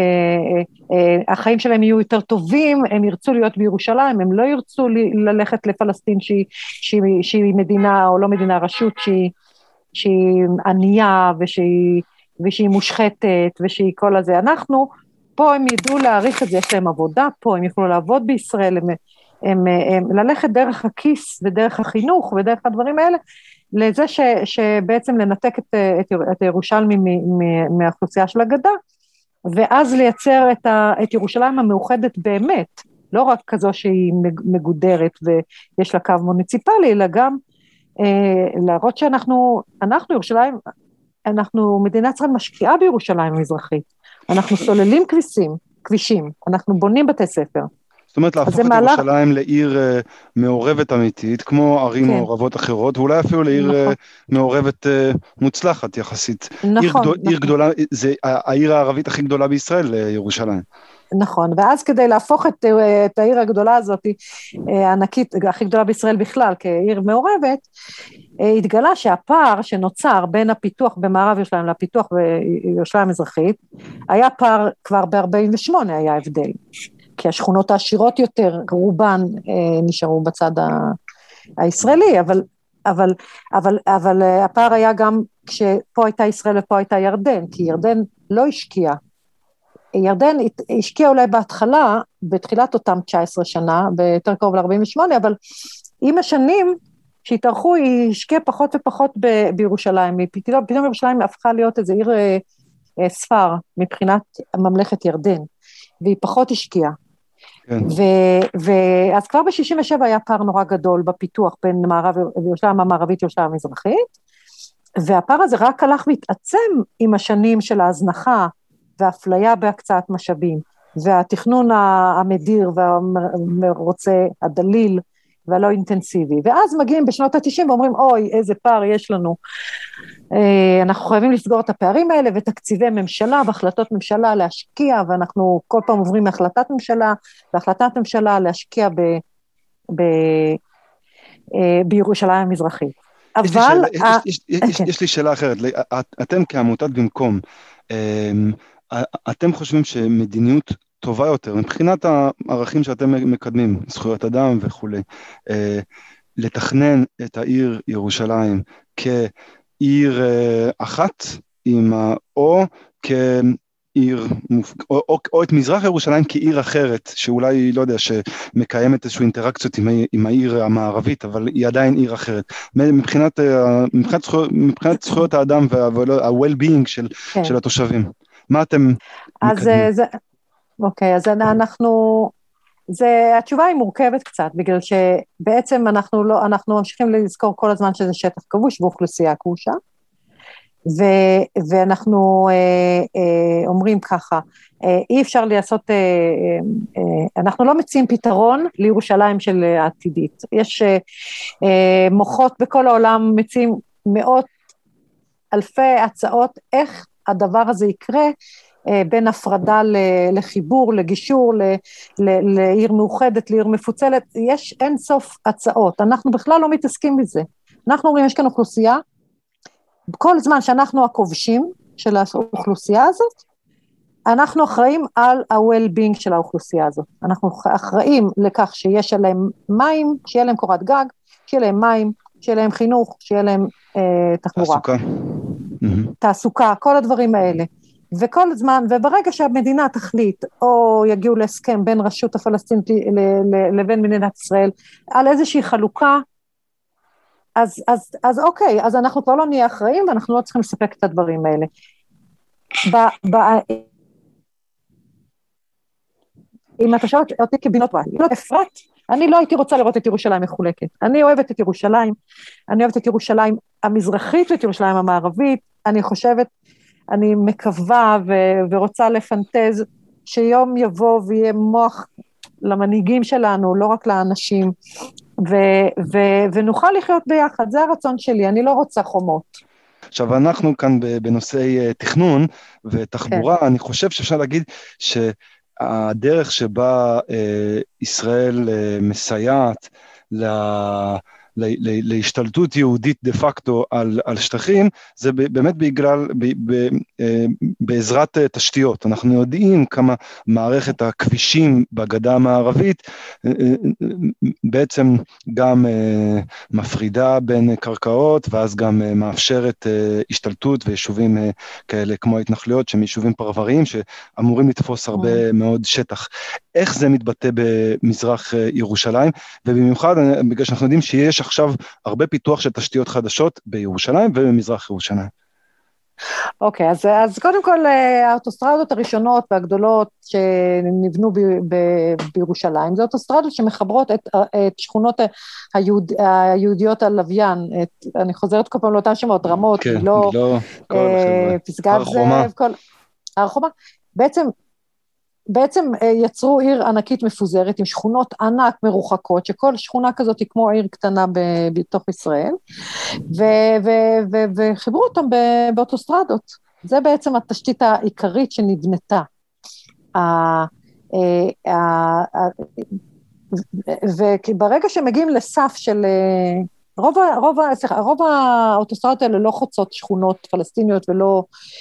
החיים שלהם יהיו יותר טובים, הם ירצו להיות בירושלים, הם לא ירצו ללכת לפלסטין שהיא מדינה או לא מדינה, רשות שהיא ענייה ושהיא מושחתת ושהיא כל הזה. אנחנו, פה הם ידעו להעריך את זה, יש להם עבודה פה, הם יוכלו לעבוד בישראל, הם ללכת דרך הכיס ודרך החינוך ודרך הדברים האלה, לזה שבעצם לנתק את הירושלמים מהאוכלוסייה של הגדה, ואז לייצר את ירושלים המאוחדת באמת, לא רק כזו שהיא מגודרת ויש לה קו מוניציפלי, אלא גם להראות שאנחנו ירושלים, מדינת ישראל משקיעה בירושלים המזרחית, אנחנו סוללים כבישים, אנחנו בונים בתי ספר, זאת אומרת, להפוך את ירושלים לעיר מעורבת אמיתית, כמו ערים מעורבות אחרות, ואולי אפילו לעיר מעורבת מוצלחת יחסית. עיר גדולה, זה העיר הערבית הכי גדולה בישראל, ירושלים. נכון, ואז כדי להפוך את העיר הגדולה הזאת, הענקית, הכי גדולה בישראל בכלל, כעיר מעורבת, התגלה שהפער שנוצר בין הפיתוח במערב ירושלים לפיתוח בירושלים המזרחית, היה פער כבר ב-48 היה הבדל. כי השכונות העשירות יותר, רובן נשארו בצד הישראלי, אבל הפער היה גם כשפה הייתה ישראל ופה הייתה ירדן, כי ירדן לא השקיעה. ירדן השקיעה אולי בהתחלה, בתחילת אותם 19 שנה, ביותר קרוב ל-48, אבל עם השנים שהתארכו, היא השקיעה פחות ופחות בירושלים. פתאום ירושלים הפכה להיות איזו עיר ספר, מבחינת ממלכת ירדן, והיא פחות השקיעה. ואז כבר ב-67 היה פער נורא גדול בפיתוח בין ירושלים המערבית לירושלים המזרחית, והפער הזה רק הלך והתעצם עם השנים של ההזנחה והאפליה בהקצאת משאבים, והתכנון המדיר והרוצה, הדליל והלא אינטנסיבי. ואז מגיעים בשנות ה-90 ואומרים, אוי, איזה פער יש לנו. אנחנו חייבים לסגור את הפערים האלה, ותקציבי ממשלה, והחלטות ממשלה להשקיע, ואנחנו כל פעם עוברים מהחלטת ממשלה, והחלטת ממשלה להשקיע בירושלים המזרחית. אבל... יש לי שאלה אחרת, אתם כעמותת במקום, אתם חושבים שמדיניות טובה יותר, מבחינת הערכים שאתם מקדמים, זכויות אדם וכו', לתכנן את העיר ירושלים כעיר אחת, או כעיר, או את מזרח ירושלים כעיר אחרת, שאולי, לא יודע, שמקיימת איזושהי אינטראקציות עם העיר המערבית, אבל היא עדיין עיר אחרת. מבחינת זכויות האדם וה-well-being של התושבים. מה אתם מקדמים? אוקיי, אז התשובה היא מורכבת קצת, בגלל שבעצם אנחנו ממשיכים לזכור כל הזמן שזה שטח כבוש ואוכלוסייה כבושה, ואנחנו אומרים ככה, אי אפשר לעשות, אנחנו לא מציעים פתרון לירושלים של העתידית. יש מוחות בכל העולם מציעים מאות אלפי הצעות איך הדבר הזה יקרה, בין הפרדה לחיבור, לגישור, לעיר מאוחדת, לעיר מפוצלת, יש אין סוף הצעות, אנחנו בכלל לא מתעסקים בזה. אנחנו אומרים, יש כאן אוכלוסייה, כל זמן שאנחנו הכובשים של האוכלוסייה הזאת, אנחנו אחראים על ה-well-being של האוכלוסייה הזאת. אנחנו אחראים לכך שיש עליהם מים, שיהיה להם קורת גג, שיהיה להם מים, שיהיה להם חינוך, שיהיה להם תחבורה. תעסוקה, כל הדברים האלה. וכל הזמן, וברגע שהמדינה תחליט, או יגיעו להסכם בין רשות הפלסטינית לבין מדינת ישראל, על איזושהי חלוקה, אז אוקיי, אז אנחנו כבר לא נהיה אחראים, ואנחנו לא צריכים לספק את הדברים האלה. אם אתה שואל אותי כבינות אפרת, אני לא הייתי רוצה לראות את ירושלים מחולקת. אני אוהבת את ירושלים, אני אוהבת את ירושלים המזרחית ואת ירושלים המערבית, אני חושבת, אני מקווה ורוצה לפנטז שיום יבוא ויהיה מוח למנהיגים שלנו, לא רק לאנשים, ונוכל לחיות ביחד, זה הרצון שלי, אני לא רוצה חומות. עכשיו אנחנו כאן בנושאי תכנון ותחבורה, אני חושב שאפשר להגיד שהדרך שבה ישראל מסייעת להשתלטות יהודית דה פקטו על שטחים, זה באמת בעזרת תשתיות. אנחנו יודעים כמה מערכת הכבישים בגדה המערבית בעצם גם מפרידה בין קרקעות, ואז גם מאפשרת השתלטות ויישובים כאלה כמו ההתנחלויות, שהם יישובים פרבריים שאמורים לתפוס הרבה מאוד שטח. איך זה מתבטא במזרח ירושלים, ובמיוחד בגלל שאנחנו יודעים שיש עכשיו הרבה פיתוח של תשתיות חדשות בירושלים ובמזרח ירושלים. אוקיי, אז קודם כל האוטוסטרדות הראשונות והגדולות שנבנו בירושלים, זה אוטוסטרדות שמחברות את שכונות היהודיות על לוויין, אני חוזרת כל פעם לאותן שמות, רמות, לא, פסגת זאב, הר חומה, בעצם יצרו עיר ענקית מפוזרת עם שכונות ענק מרוחקות, שכל שכונה כזאת היא כמו עיר קטנה בתוך ישראל, וחיברו אותם באוטוסטרדות. זה בעצם התשתית העיקרית שנבנתה. וברגע שמגיעים לסף של... רוב האוטוסטרדות האלה לא חוצות שכונות פלסטיניות ולא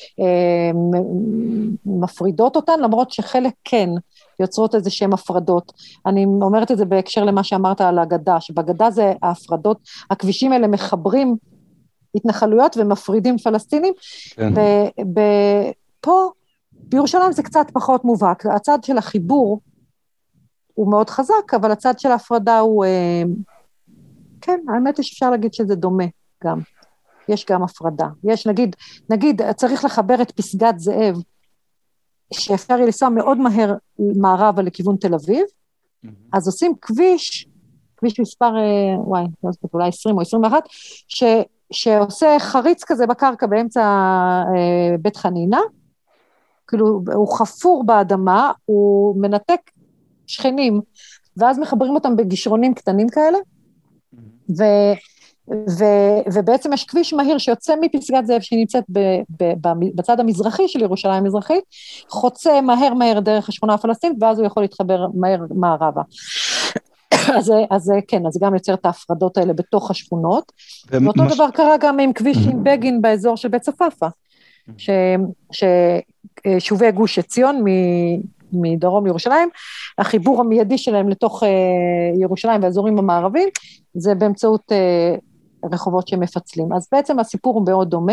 מפרידות אותן, למרות שחלק כן יוצרות איזה שהן הפרדות. אני אומרת את זה בהקשר למה שאמרת על הגדה, שבגדה זה ההפרדות, הכבישים האלה מחברים התנחלויות ומפרידים פלסטינים, כן. פה בירושלים זה קצת פחות מובהק, הצד של החיבור הוא מאוד חזק, אבל הצד של ההפרדה הוא... כן, האמת שאפשר להגיד שזה דומה גם. יש גם הפרדה. יש, נגיד, צריך לחבר את פסגת זאב, שאפשר יהיה לנסוע מאוד מהר מערבה לכיוון תל אביב, אז עושים כביש מספר, אולי 20 או 21, שעושה חריץ כזה בקרקע באמצע בית חנינה, כאילו, הוא חפור באדמה, הוא מנתק שכנים, ואז מחברים אותם בגישרונים קטנים כאלה, ובעצם יש כביש מהיר שיוצא מפסגת זאב, שהיא נמצאת בצד המזרחי של ירושלים המזרחית, חוצה מהר דרך השכונה הפלסטינית, ואז הוא יכול להתחבר מהר מערבה. אז כן, אז גם יוצר את ההפרדות האלה בתוך השכונות, ואותו דבר קרה גם עם כביש עם בגין באזור של בית צפאפא, ששובי גוש עציון מדרום ירושלים, החיבור המיידי שלהם לתוך ירושלים והאזורים המערבים, זה באמצעות רחובות שמפצלים. אז בעצם הסיפור הוא מאוד דומה,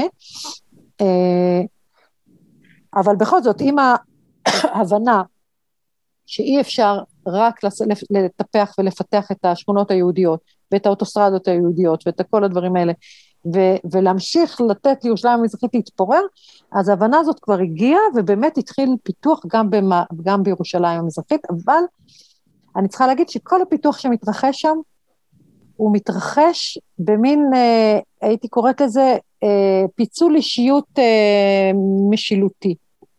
אבל בכל זאת, עם ההבנה שאי אפשר רק לטפח ולפתח את השכונות היהודיות, ואת האוטוסטרדות היהודיות, ואת כל הדברים האלה, ולהמשיך לתת לירושלים המזרחית להתפורר, אז ההבנה הזאת כבר הגיעה, ובאמת התחיל פיתוח גם בירושלים המזרחית, אבל אני צריכה להגיד שכל הפיתוח שמתרחש שם, הוא מתרחש במין, הייתי קוראת לזה, פיצול אישיות משילותי.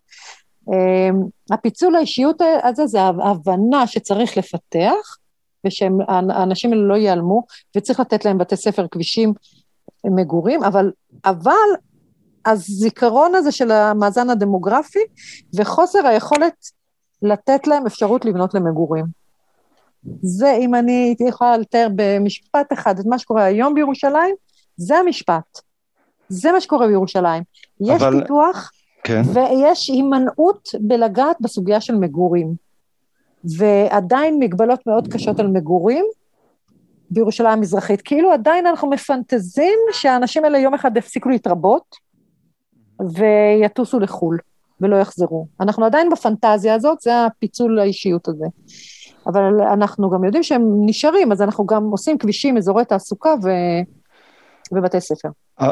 הפיצול האישיות הזה, זה ההבנה שצריך לפתח, ושהאנשים האלה לא ייעלמו, וצריך לתת להם בתי ספר, כבישים, מגורים, אבל הזיכרון הזה של המאזן הדמוגרפי, וחוסר היכולת לתת להם אפשרות לבנות למגורים. זה, אם אני הייתי יכולה לתאר במשפט אחד, את מה שקורה היום בירושלים, זה המשפט. זה מה שקורה בירושלים. יש פיתוח, כן. ויש הימנעות בלגעת בסוגיה של מגורים. ועדיין מגבלות מאוד קשות על מגורים, בירושלים המזרחית, כאילו עדיין אנחנו מפנטזים שהאנשים האלה יום אחד יפסיקו להתרבות, ויטוסו לחול, ולא יחזרו. אנחנו עדיין בפנטזיה הזאת, זה הפיצול האישיות הזה. אבל אנחנו גם יודעים שהם נשארים, אז אנחנו גם עושים כבישים, אזורי תעסוקה ובתי ספר.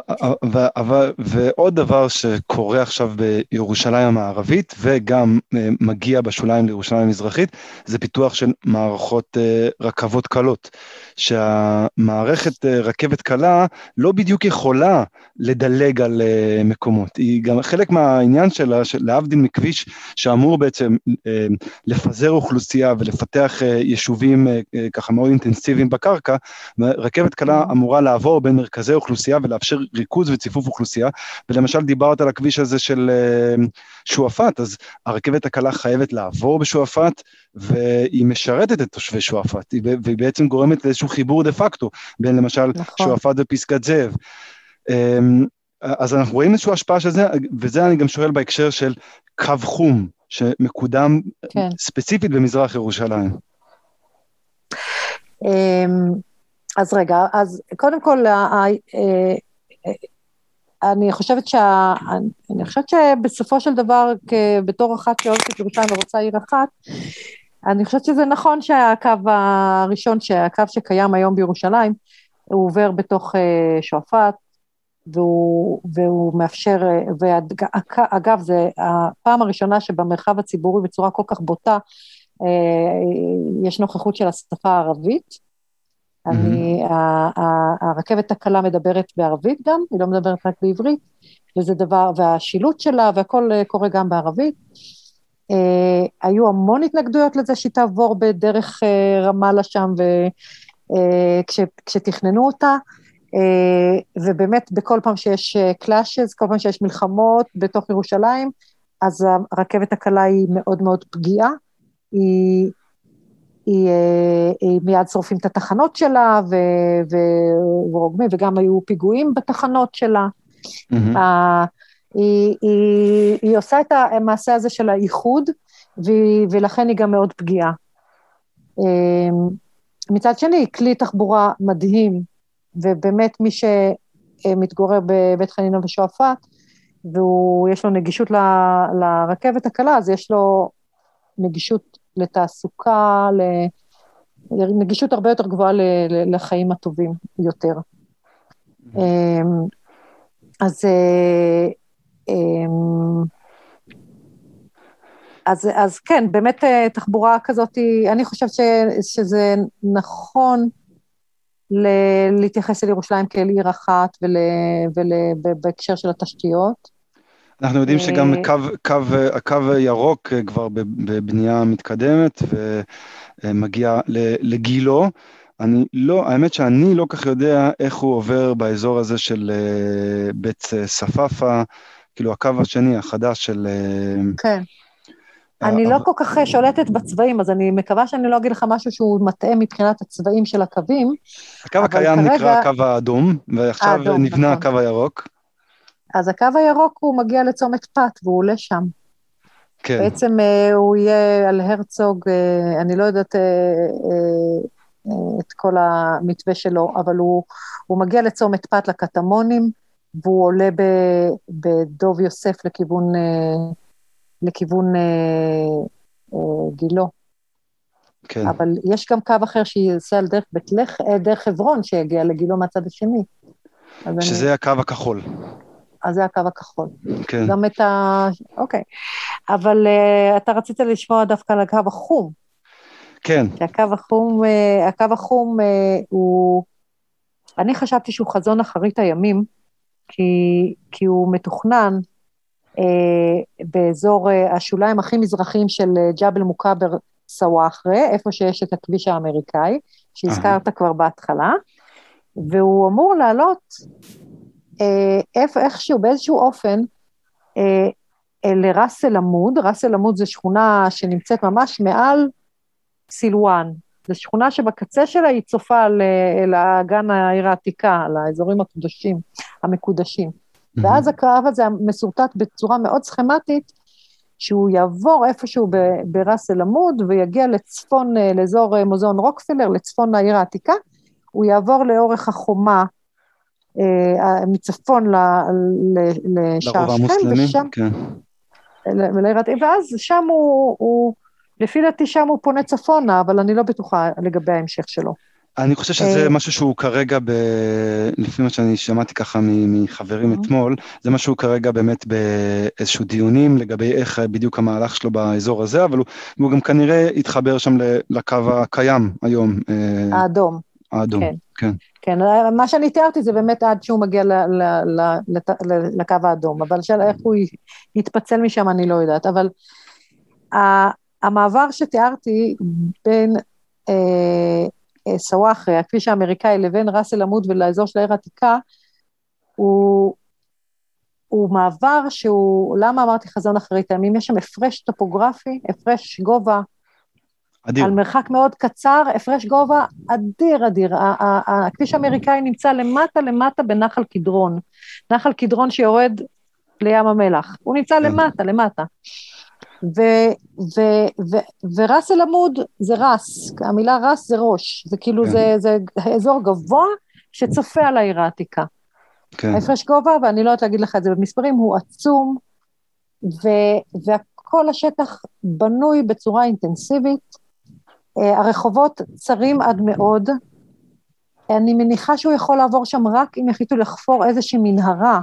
ועוד דבר שקורה עכשיו בירושלים המערבית, וגם מגיע בשוליים לירושלים המזרחית, זה פיתוח של מערכות רכבות קלות, שהמערכת רכבת קלה לא בדיוק יכולה לדלג על מקומות, היא גם חלק מהעניין שלה, להבדיל מכביש שאמור בעצם לפזר אוכלוסייה ולפתח יישובים ככה מאוד אינטנסיביים בקרקע, רכבת קלה אמורה לעבור בין מרכזי אוכלוסייה ולאפשר ריכוז וציפוף אוכלוסייה, ולמשל דיברת על הכביש הזה של שועפאט, אז הרכבת הקלה חייבת לעבור בשועפאט, והיא משרתת את תושבי שועפאט, והיא בעצם גורמת לאיזשהו חיבור דה פקטו, בין למשל שועפאט ופסגת זאב. אז אנחנו רואים איזושהי השפעה של זה, וזה אני גם שואל בהקשר של קו חום, שמקודם ספציפית במזרח ירושלים. אז רגע, אז קודם כל, אני חושבת שבסופו של דבר, בתור אחת שאוהבת את ירושלים ורוצה עיר אחת, אני חושבת שזה נכון שהקו הראשון, שהקו שקיים היום בירושלים, הוא עובר בתוך שועפאט, והוא מאפשר, ואגב, זה הפעם הראשונה שבמרחב הציבורי בצורה כל כך בוטה, יש נוכחות של השפה הערבית, הרכבת הקלה מדברת בערבית גם, היא לא מדברת רק בעברית, וזה דבר, והשילוט שלה, והכל קורה גם בערבית. היו המון התנגדויות לזה שהיא תעבור בדרך רמאללה שם, כשתכננו אותה, ובאמת בכל פעם שיש קלאשז, כל פעם שיש מלחמות בתוך ירושלים, אז הרכבת הקלה היא מאוד מאוד פגיעה, היא מיד שורפים את התחנות שלה, ורוגמים, וגם היו פיגועים בתחנות שלה. היא עושה את המעשה הזה של האיחוד, ולכן היא גם מאוד פגיעה. מצד שני, היא כלי תחבורה מדהים, ובאמת מי שמתגורר בבית חנינה ושועפאט, ויש לו נגישות לרכבת הקלה, אז יש לו נגישות לתעסוקה, נגישות הרבה יותר גבוהה לחיים הטובים יותר. אז כן, באמת תחבורה כזאת, אני חושבת שזה נכון להתייחס אל ירושלים כאל עיר אחת, ובהקשר של התשתיות. אנחנו יודעים שגם הקו הירוק כבר בבנייה מתקדמת ומגיע לגילו. האמת שאני לא כך יודע איך הוא עובר באזור הזה של בית ספאפה, כאילו הקו השני החדש של... כן. אני לא כל כך שולטת בצבעים, אז אני מקווה שאני לא אגיד לך משהו שהוא מטעה מבחינת הצבעים של הקווים. הקו הקיים נקרא הקו האדום, ועכשיו נבנה הקו הירוק. אז הקו הירוק הוא מגיע לצומת פת, והוא עולה שם. כן. בעצם הוא יהיה על הרצוג, אני לא יודעת את כל המתווה שלו, אבל הוא מגיע לצומת פת לקטמונים, והוא עולה בדוב יוסף לכיוון גילו. כן. אבל יש גם קו אחר שיעשה על דרך חברון, שיגיע לגילו מהצד השני. שזה הקו הכחול. אז זה הקו הכחול. כן. גם אוקיי. אבל אתה רצית לשמוע דווקא על הקו החום. כן. שהקו החום הוא... אני חשבתי שהוא חזון אחרית הימים, כי הוא מתוכנן באזור השוליים הכי מזרחיים של ג'בל מוקבר סוואחרה, איפה שיש את הכביש האמריקאי, שהזכרת כבר בהתחלה, והוא אמור לעלות איכשהו, באיזשהו אופן, לרס אל עמוד. רס אל עמוד זה שכונה שנמצאת ממש מעל סילואן, זו שכונה שבקצה שלה היא צופה לאגן העיר העתיקה, לאזורים המקודשים. ואז הקו הזה מסורטט בצורה מאוד סכמטית, שהוא יעבור איפשהו ברס אל עמוד, ויגיע לצפון, לאזור מוזיאון רוקפלר, לצפון העיר העתיקה, הוא יעבור לאורך החומה, מצפון לשער שכם, ושם, ואז שם הוא, לפי דעתי שם הוא פונה צפונה, אבל אני לא בטוחה לגבי ההמשך שלו. אני חושב שזה משהו שהוא כרגע, לפי מה שאני שמעתי ככה מחברים אתמול, זה משהו כרגע באמת באיזשהו דיונים לגבי איך בדיוק המהלך שלו באזור הזה, אבל הוא גם כנראה יתחבר שם לקו הקיים היום. האדום. האדום, כן. כן, מה שאני תיארתי זה באמת עד שהוא מגיע לקו האדום, אבל איך הוא יתפצל משם אני לא יודעת, אבל המעבר שתיארתי בין סוואחרה, הכביש האמריקאי, לבין רס אל עמוד ולאזור של העיר העתיקה, הוא מעבר שהוא, למה אמרתי חזון אחרית הימים? יש שם הפרש טופוגרפי, הפרש גובה, אדיר. על מרחק מאוד קצר, הפרש גובה אדיר. הכביש האמריקאי נמצא למטה בנחל קדרון, נחל קדרון שיורד לים המלח, הוא נמצא למטה. ורס אל עמוד זה רס, המילה רס זה ראש, זה כאילו זה אזור גבוה שצופה על העיר העתיקה. ההפרש גובה, ואני לא יודעת להגיד לך את זה במספרים, הוא עצום, וכל השטח בנוי בצורה אינטנסיבית, הרחובות צרים עד מאוד, אני מניחה שהוא יכול לעבור שם רק אם יחליטו לחפור איזושהי מנהרה,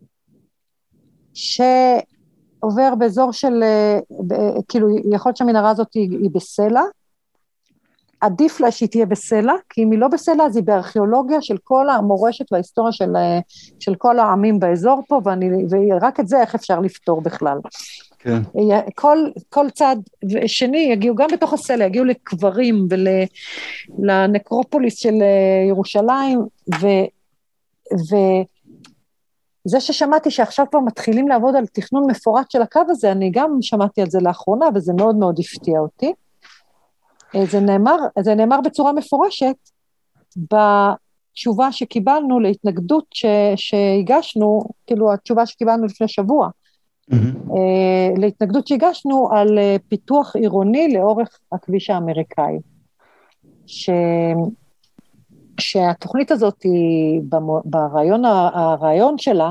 עובר באזור של, כאילו, יכול להיות שהמנהרה הזאת היא בסלע, עדיף לה שהיא תהיה בסלע, כי אם היא לא בסלע, אז היא בארכיאולוגיה של כל המורשת וההיסטוריה של כל העמים באזור פה, ורק את זה איך אפשר לפתור בכלל. כן. כל צד שני יגיעו, גם בתוך הסלע, יגיעו לקברים ולנקרופוליס של ירושלים, זה ששמעתי שעכשיו כבר מתחילים לעבוד על תכנון מפורט של הקו הזה, אני גם שמעתי על זה לאחרונה, וזה מאוד מאוד הפתיע אותי. זה נאמר בצורה מפורשת, בתשובה שקיבלנו להתנגדות שהגשנו, כאילו התשובה שקיבלנו לפני שבוע, להתנגדות שהגשנו על פיתוח עירוני לאורך הכביש האמריקאי. שהתוכנית הזאת היא, הרעיון שלה,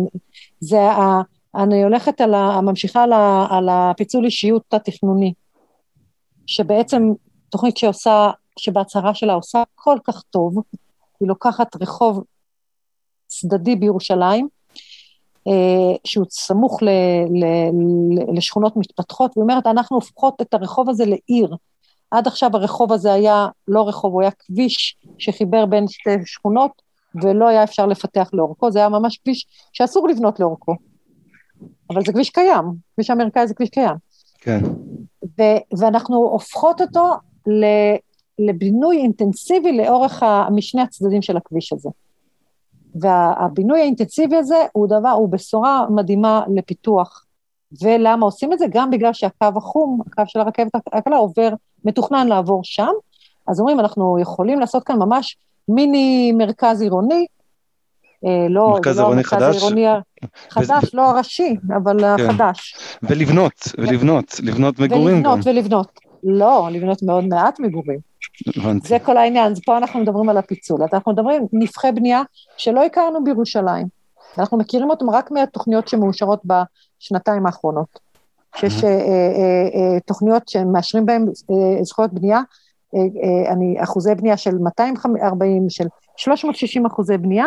אני הולכת ממשיכה על הפיצול אישיות התכנוני, שבעצם תוכנית שבהצהרה שלה עושה כל כך טוב, היא לוקחת רחוב צדדי בירושלים, שהוא סמוך לשכונות מתפתחות, והיא אומרת, אנחנו הופכות את הרחוב הזה לעיר, עד עכשיו הרחוב הזה היה לא רחוב, הוא היה כביש שחיבר בין שתי שכונות, ולא היה אפשר לפתח לאורכו, זה היה ממש כביש שאסור לבנות לאורכו. אבל זה כביש קיים, כביש האמריקאי זה כביש קיים. כן. ואנחנו הופכות אותו לבינוי אינטנסיבי לאורך משני הצדדים של הכביש הזה. והבינוי האינטנסיבי הזה הוא בשורה מדהימה לפיתוח. ולמה עושים את זה? גם בגלל שהקו החום, הקו של הרכבת הקלה מתוכנן לעבור שם, אז אומרים, אנחנו יכולים לעשות כאן ממש מיני מרכז עירוני, לא המרכז העירוני החדש, לא הראשי, אבל החדש. ולבנות מגורים גם. ולבנות. לא, לבנות מאוד מעט מגורים. זה כל העניין, פה אנחנו מדברים על הפיצול, אנחנו מדברים נפחי בנייה שלא הכרנו בירושלים, אנחנו מכירים אותם רק מהתוכניות שמאושרות בשנתיים האחרונות, שיש תוכניות שמאשרים בהן זכויות בנייה, אחוזי בנייה של 240, של 360 אחוזי בנייה,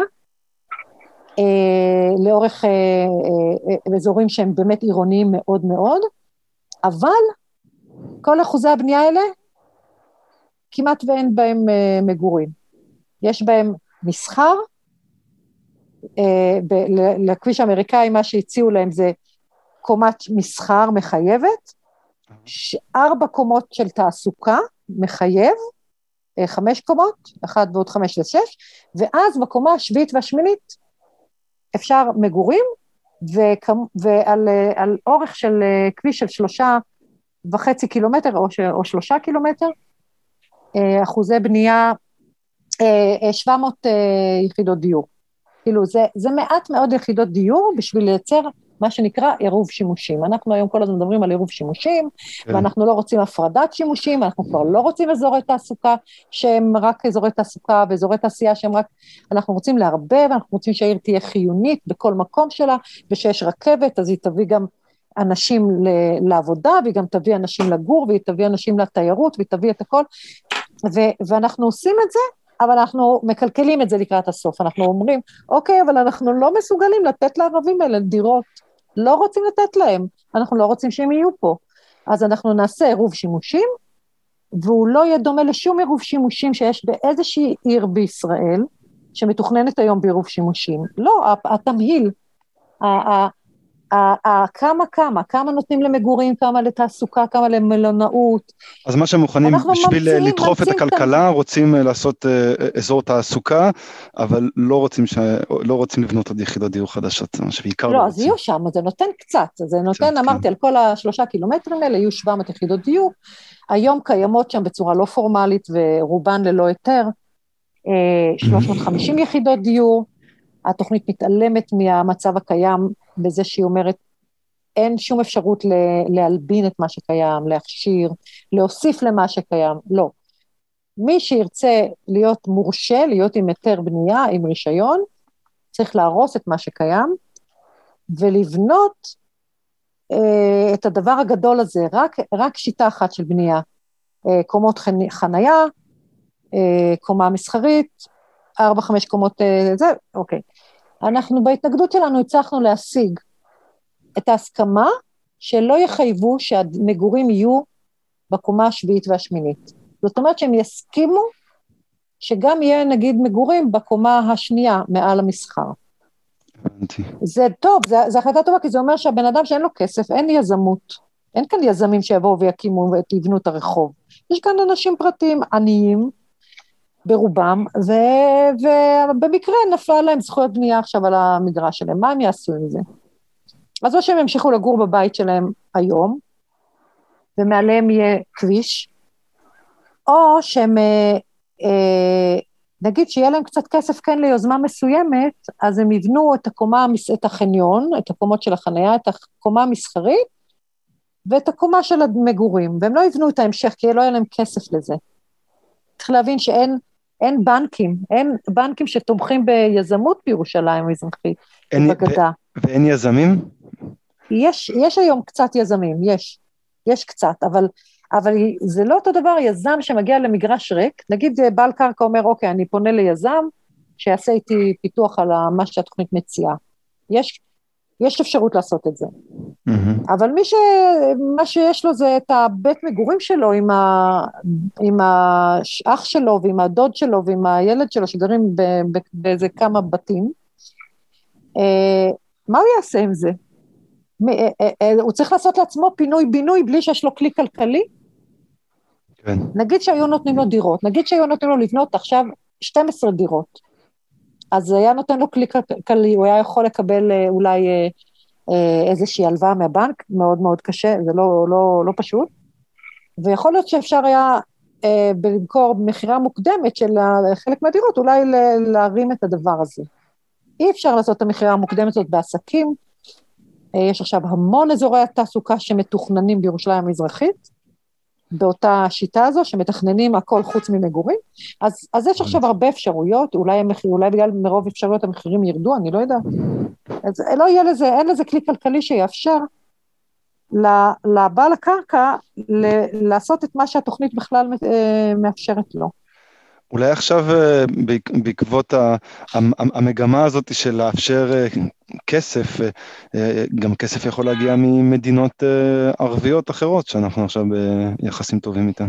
לאורך אזורים שהם באמת עירוניים מאוד מאוד, אבל כל אחוזי הבנייה האלה, כמעט ואין בהם מגורים. יש בהם מסחר, לכביש האמריקאי מה שהציעו להם זה קומת מסחר מחייבת, 4 קומות של תעסוקה מחייב, 5 קומות, 1 ועוד 5 ו6, ואז בקומה השביעית והשמינית אפשר מגורים, ועל אורך של כביש של 3.5 קילומטר או 3 קילומטר, אחוזי בנייה 700 יחידות דיור. כאילו זה מעט מאוד יחידות דיור בשביל לייצר מה שנקרא עירוב שימושים. אנחנו היום כל הזמן מדברים על עירוב שימושים, ואנחנו לא רוצים הפרדת שימושים, אנחנו כבר לא רוצים אזורי תעסוקה שהם רק אזורי תעסוקה ואזורי תעשייה שהם רק, אנחנו רוצים להרבה, ואנחנו רוצים שהעיר תהיה חיונית בכל מקום שלה, ושיש רכבת, אז היא תביא גם אנשים לעבודה, והיא גם תביא אנשים לגור, והיא תביא אנשים לתיירות, והיא תביא את הכל, ואנחנו עושים את זה, אבל אנחנו מקלקלים את זה לקראת הסוף, אנחנו אומרים, אוקיי, אבל אנחנו לא מסוגלים לתת לערבים האלה דירות, לא רוצים לתת להם, אנחנו לא רוצים שהם יהיו פה, אז אנחנו נעשה עירוב שימושים, והוא לא יהיה דומה לשום עירוב שימושים שיש באיזושהי עיר בישראל, שמתוכננת היום בעירוב שימושים, לא, התמהיל, כמה נותנים למגורים, כמה לתעסוקה, כמה למלונאות. אז מה שמוכנים בשביל לדחוף את הכלכלה, רוצים לעשות אזור תעסוקה, אבל לא רוצים לבנות עוד יחידות דיור חדשות, זה מה שבעיקר לא, אז יהיו שם, זה נותן קצת, זה נותן, אמרתי, על כל 3 קילומטרים האלה, יהיו 700 יחידות דיור, היום קיימות שם בצורה לא פורמלית, ורובן ללא היתר, 350 יחידות דיור, התוכנית מתעלמת מהמצב הקיים, בזה שהיא אומרת, אין שום אפשרות להלבין את מה שקיים, להכשיר, להוסיף למה שקיים, לא. מי שירצה להיות מורשה, להיות עם היתר בנייה, עם רישיון, צריך להרוס את מה שקיים, ולבנות את הדבר הגדול הזה, רק שיטה אחת של בנייה, קומות חנייה, קומה מסחרית, 4-5 קומות, זה, אוקיי. אנחנו בהתנגדות שלנו הצלחנו להשיג את ההסכמה שלא יחייבו שהמגורים יהיו בקומה השביעית והשמינית. זאת אומרת שהם יסכימו שגם יהיה נגיד מגורים בקומה השנייה מעל המסחר. זה טוב, זה החלטה טובה, כי זה אומר שהבן אדם שאין לו כסף, אין יזמות, אין כאן יזמים שיבואו ויקימו ויבנו את הרחוב. יש כאן אנשים פרטיים עניים, ברובם, ובמקרה נפלה להם זכויות בנייה עכשיו על המגרש שלהם, מה הם יעשו עם זה? אז או שהם ימשיכו לגור בבית שלהם היום, ומעליהם יהיה כביש, או שהם, נגיד שיהיה להם קצת כסף כן ליוזמה מסוימת, אז הם יבנו את הקומה, את החניון, את הקומות של החנייה, את הקומה המסחרית, ואת הקומה של המגורים, והם לא יבנו את ההמשך, כי לא יהיה להם כסף לזה. צריך להבין שאין בנקים שתומכים ביזמות בירושלים המזרחית, בגדה. ואין יזמים? יש היום קצת יזמים, יש קצת, אבל זה לא אותו דבר, יזם שמגיע למגרש ריק, נגיד בעל קרקע אומר, אוקיי, אני פונה ליזם, שיעשה איתי פיתוח על מה שהתוכנית מציעה. יש אפשרות לעשות את זה. אבל מה שיש לו זה את הבית מגורים שלו, עם האח שלו, ועם הדוד שלו, ועם הילד שלו, שגרים באיזה כמה בתים, מה הוא יעשה עם זה? הוא צריך לעשות לעצמו פינוי-בינוי בלי שיש לו כלי כלכלי. כן. נגיד שהיו נותנים לו דירות, נגיד שהיו נותנים לו לבנות עכשיו 12 דירות, אז היה נותן לו כלי כלכלי, הוא היה יכול לקבל אולי איזושהי הלוואה מהבנק, מאוד מאוד קשה, זה לא פשוט, ויכול להיות שאפשר היה במקור מחירה מוקדמת של חלק מהדירות, אולי להרים את הדבר הזה. אי אפשר לעשות את המחירה המוקדמת הזאת בעסקים, יש עכשיו המון אזורי התעסוקה שמתוכננים בירושלים המזרחית, באותה שיטה הזו, שמתכננים הכל חוץ ממגורים, אז יש עכשיו הרבה אפשרויות, אולי בגלל מרוב אפשרויות המחירים ירדו, אני לא יודע, אז לא יהיה לזה, אין לזה כלי כלכלי שיאפשר לבעל הקרקע לעשות את מה שהתוכנית בכלל מאפשרת לו. אולי עכשיו בעקבות המגמה הזאת של לאפשר כסף, גם כסף יכול להגיע ממדינות ערביות אחרות, שאנחנו עכשיו ביחסים טובים איתן.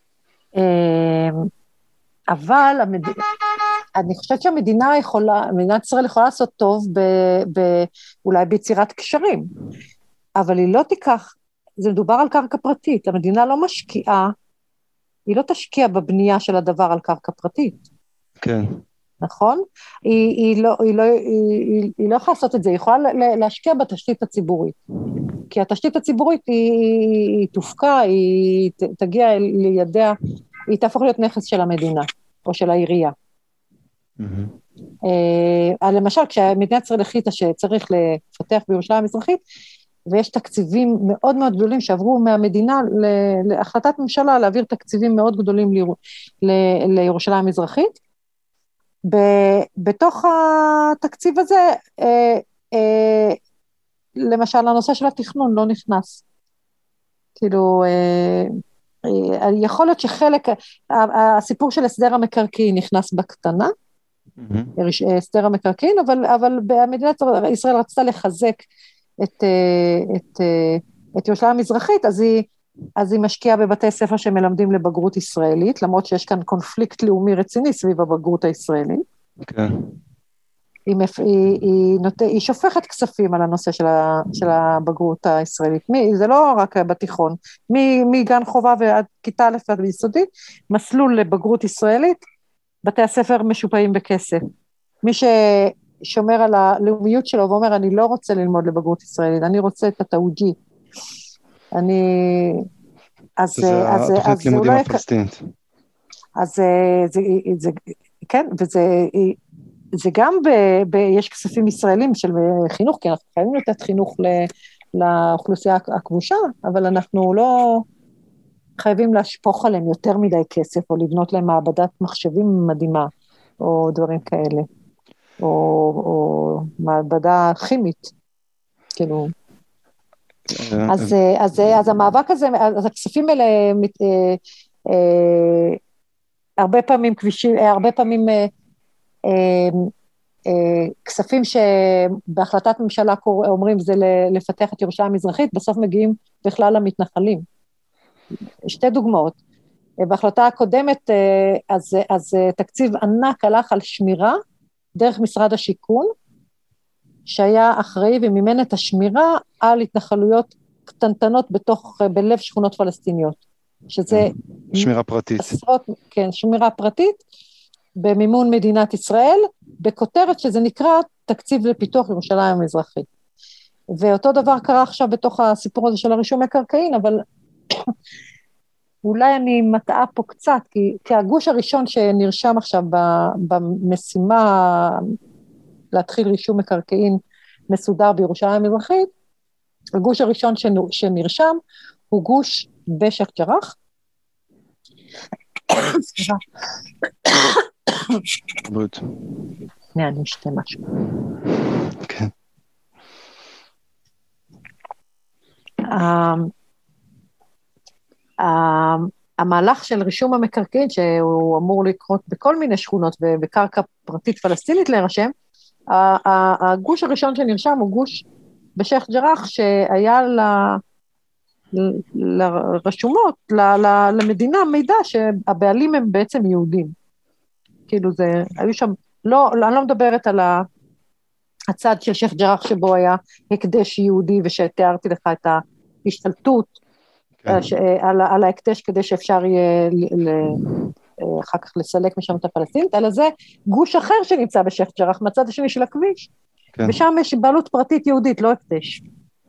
אבל אני חושבת שהמדינת ישראל יכולה לעשות טוב אולי ביצירת קשרים, אבל היא לא תיקח, זה מדובר על קרקע פרטית, המדינה לא משקיעה, היא לא תשקיע בבנייה של הדבר על קרקע פרטית. כן. נכון? היא לא יכולה לעשות את זה, היא יכולה להשקיע בתשתית הציבורית. כי התשתית הציבורית היא תופקע, היא תגיע לידיה, היא תהפוך להיות נכס של המדינה, או של העירייה. למשל, כשהמדינת ישראל החליטה שצריך לפתח בירושלים המזרחית, ויש תקציבים מאוד מאוד גדולים שעברו מהמדינה להחלטת ממשלה להעביר תקציבים מאוד גדולים לירושלים המזרחית. בתוך התקציב הזה, למשל הנושא של התכנון לא נכנס. כאילו, יכול להיות שחלק, הסיפור של הסדר המקרקעין נכנס בקטנה, הסדר המקרקעין, אבל במדינת ישראל רצתה לחזק את ירושלים המזרחית, אז היא משקיעה בבתי ספר שמלמדים לבגרות ישראלית, למרות שיש כאן קונפליקט לאומי רציני סביב הבגרות הישראלית. כן. היא שופכת כספים על הנושא של הבגרות הישראלית, זה לא רק בתיכון, מגן חובה ועד כיתה א' ועד ביסודי, מסלול לבגרות ישראלית, בתי הספר משופעים בכסף. מי ששומר על הלאומיות שלו ואומר, אני לא רוצה ללמוד לבגרות ישראלית, אני רוצה את התאוג'י. זה התוכנית לימודים הפלסטינית. אז זה, כן, זה גם יש כספים ישראלים של חינוך, כי אנחנו חייבים לתת חינוך לאוכלוסייה הכבושה, אבל אנחנו לא חייבים להשפוך עליהם יותר מדי כסף, או לבנות להם מעבדת מחשבים מדהימה, או דברים כאלה, או מעבדה כימית, כאילו. אז המאבק הזה, אז הכספים האלה, הרבה פעמים כספים שבהחלטת ממשלה אומרים זה לפתח את ירושלים המזרחית, בסוף מגיעים בכלל למתנחלים. שתי דוגמאות. בהחלטה הקודמת, אז תקציב ענק הלך על שמירה, דרך משרד השיכון, שהיה אחראי ומימן את השמירה על התנחלויות קטנטנות בלב שכונות פלסטיניות. שזה שמירה פרטית. כן, שמירה פרטית, במימון מדינת ישראל, בכותרת שזה נקרא תקציב לפיתוח ירושלים המזרחית. ואותו דבר קרה עכשיו בתוך הסיפור הזה של הרישום מקרקעין, אבל אולי אני מטעה פה קצת, כי הגוש הראשון שנרשם עכשיו במשימה להתחיל רישום מקרקעין מסודר בירושלים המזרחית, הגוש הראשון שנרשם הוא גוש בשייח' ג'ראח. סליחה. בריאות. אני אשתה משהו. כן. המהלך של רישום המקרקעין, שהוא אמור לקרות בכל מיני שכונות, ובקרקע פרטית פלסטינית להירשם, הגוש הראשון שנרשם הוא גוש בשייח' ג'ראח, שהיה לרשומות, למדינה מידע שהבעלים הם בעצם יהודים. כאילו זה, היו שם, אני לא מדברת הצד של שייח' ג'ראח שבו היה הקדש יהודי, ושתיארתי לך את ההשתלטות על ההקדש, כדי שאפשר יהיה אחר כך לסלק משם את הפלסטינית, אלא זה גוש אחר שנמצא בשייח' ג'ראח, מהצד השני של הכביש, ושם יש בעלות פרטית יהודית, לא הקדש.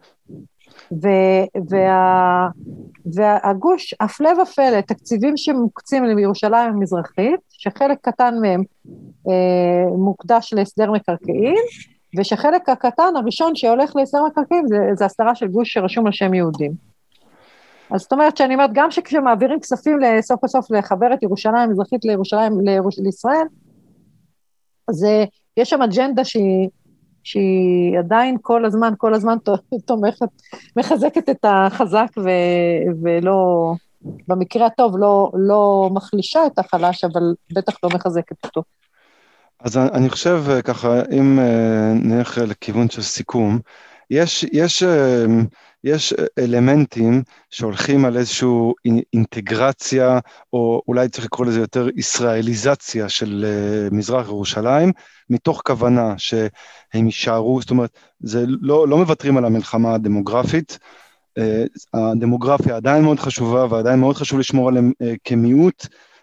והגוש, הפלא ופלא, תקציבים שמוקצים לירושלים המזרחית, שחלק קטן מהם מוקדש להסדר מקרקעין, ושחלק הקטן הראשון שהולך להסדר מקרקעין, זה הסדרה של גוש שרשום על שם יהודים. אז זאת אומרת שאני אומרת, גם שכשמעבירים כספים לסוף הסוף לחבר את ירושלים המזרחית לישראל, אז יש שם אג'נדה שהיא עדיין כל הזמן תומכת, מחזקת את החזק, ולא, במקרה הטוב, לא מחלישה את החלש, אבל בטח לא מחזקת אותו. אז אני חושב ככה, אם נלך לכיוון של סיכום, יש אלמנטים שהולכים על איזושהי אינטגרציה, או אולי צריך לקרוא לזה יותר ישראליזציה של מזרח ירושלים, מתוך כוונה שהם יישארו, זאת אומרת, זה לא מוותרים על המלחמה הדמוגרפית, הדמוגרפיה עדיין מאוד חשובה, ועדיין מאוד חשוב לשמור עליהם כמיעוט,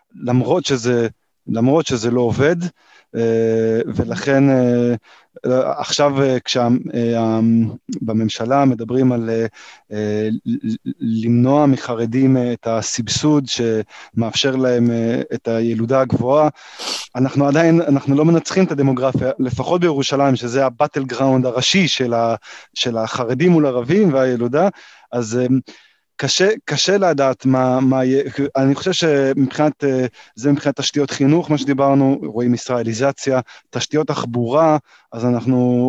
למרות שזה לא עובד, ולכן עכשיו בממשלה מדברים על למנוע מחרדים את הסבסוד שמאפשר להם את הילודה הגבוהה, אנחנו לא מנצחים את הדמוגרפיה, לפחות בירושלים, שזה הבטל גראונד הראשי של החרדים מול ערבים והילודה, אז קשה לדעת מה יהיה, אני חושב שמבחינת, זה מבחינת תשתיות חינוך, מה שדיברנו, רואים ישראליזציה, תשתיות תחבורה, אז אנחנו,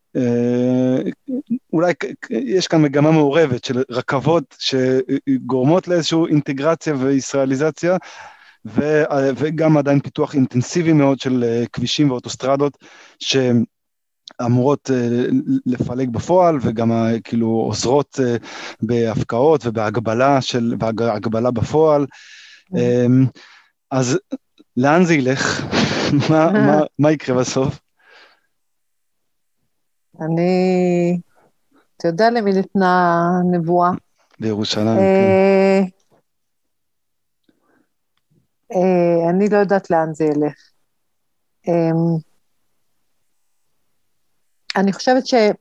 אולי יש כאן מגמה מעורבת של רכבות שגורמות לאיזושהי אינטגרציה וישראליזציה, וגם עדיין פיתוח אינטנסיבי מאוד של כבישים ואוטוסטרדות, אמורות לפלג בפועל, וגם כאילו עוזרות בהפקעות ובהגבלה בפועל. אז לאן זה ילך? מה יקרה בסוף? אתה יודע למי ניתנה נבואה? בירושלים, כן. אני לא יודעת לאן זה ילך. אני חושבת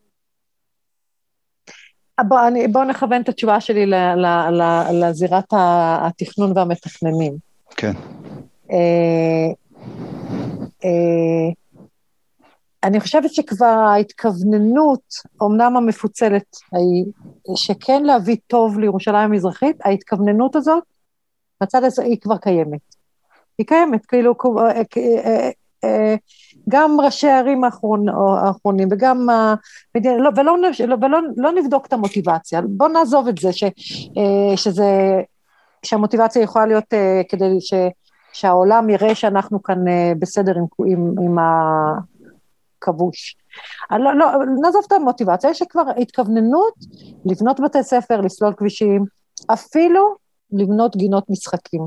בואו נכוון את התשובה שלי לזירת התכנון והמתכננים. כן. אני חושבת שכבר ההתכווננות, אמנם המפוצלת, שכן להביא טוב לירושלים המזרחית, ההתכווננות הזאת, בצד הזה היא כבר קיימת. היא קיימת, כאילו, גם ראשי הערים האחרונים, וגם, ולא נבדוק את המוטיבציה, בוא נעזוב את זה, שהמוטיבציה יכולה להיות כדי שהעולם יראה שאנחנו כאן בסדר עם הכבוש. לא, נעזוב את המוטיבציה, יש כבר התכווננות לבנות בתי ספר, לסלול כבישים, אפילו לבנות גינות משחקים.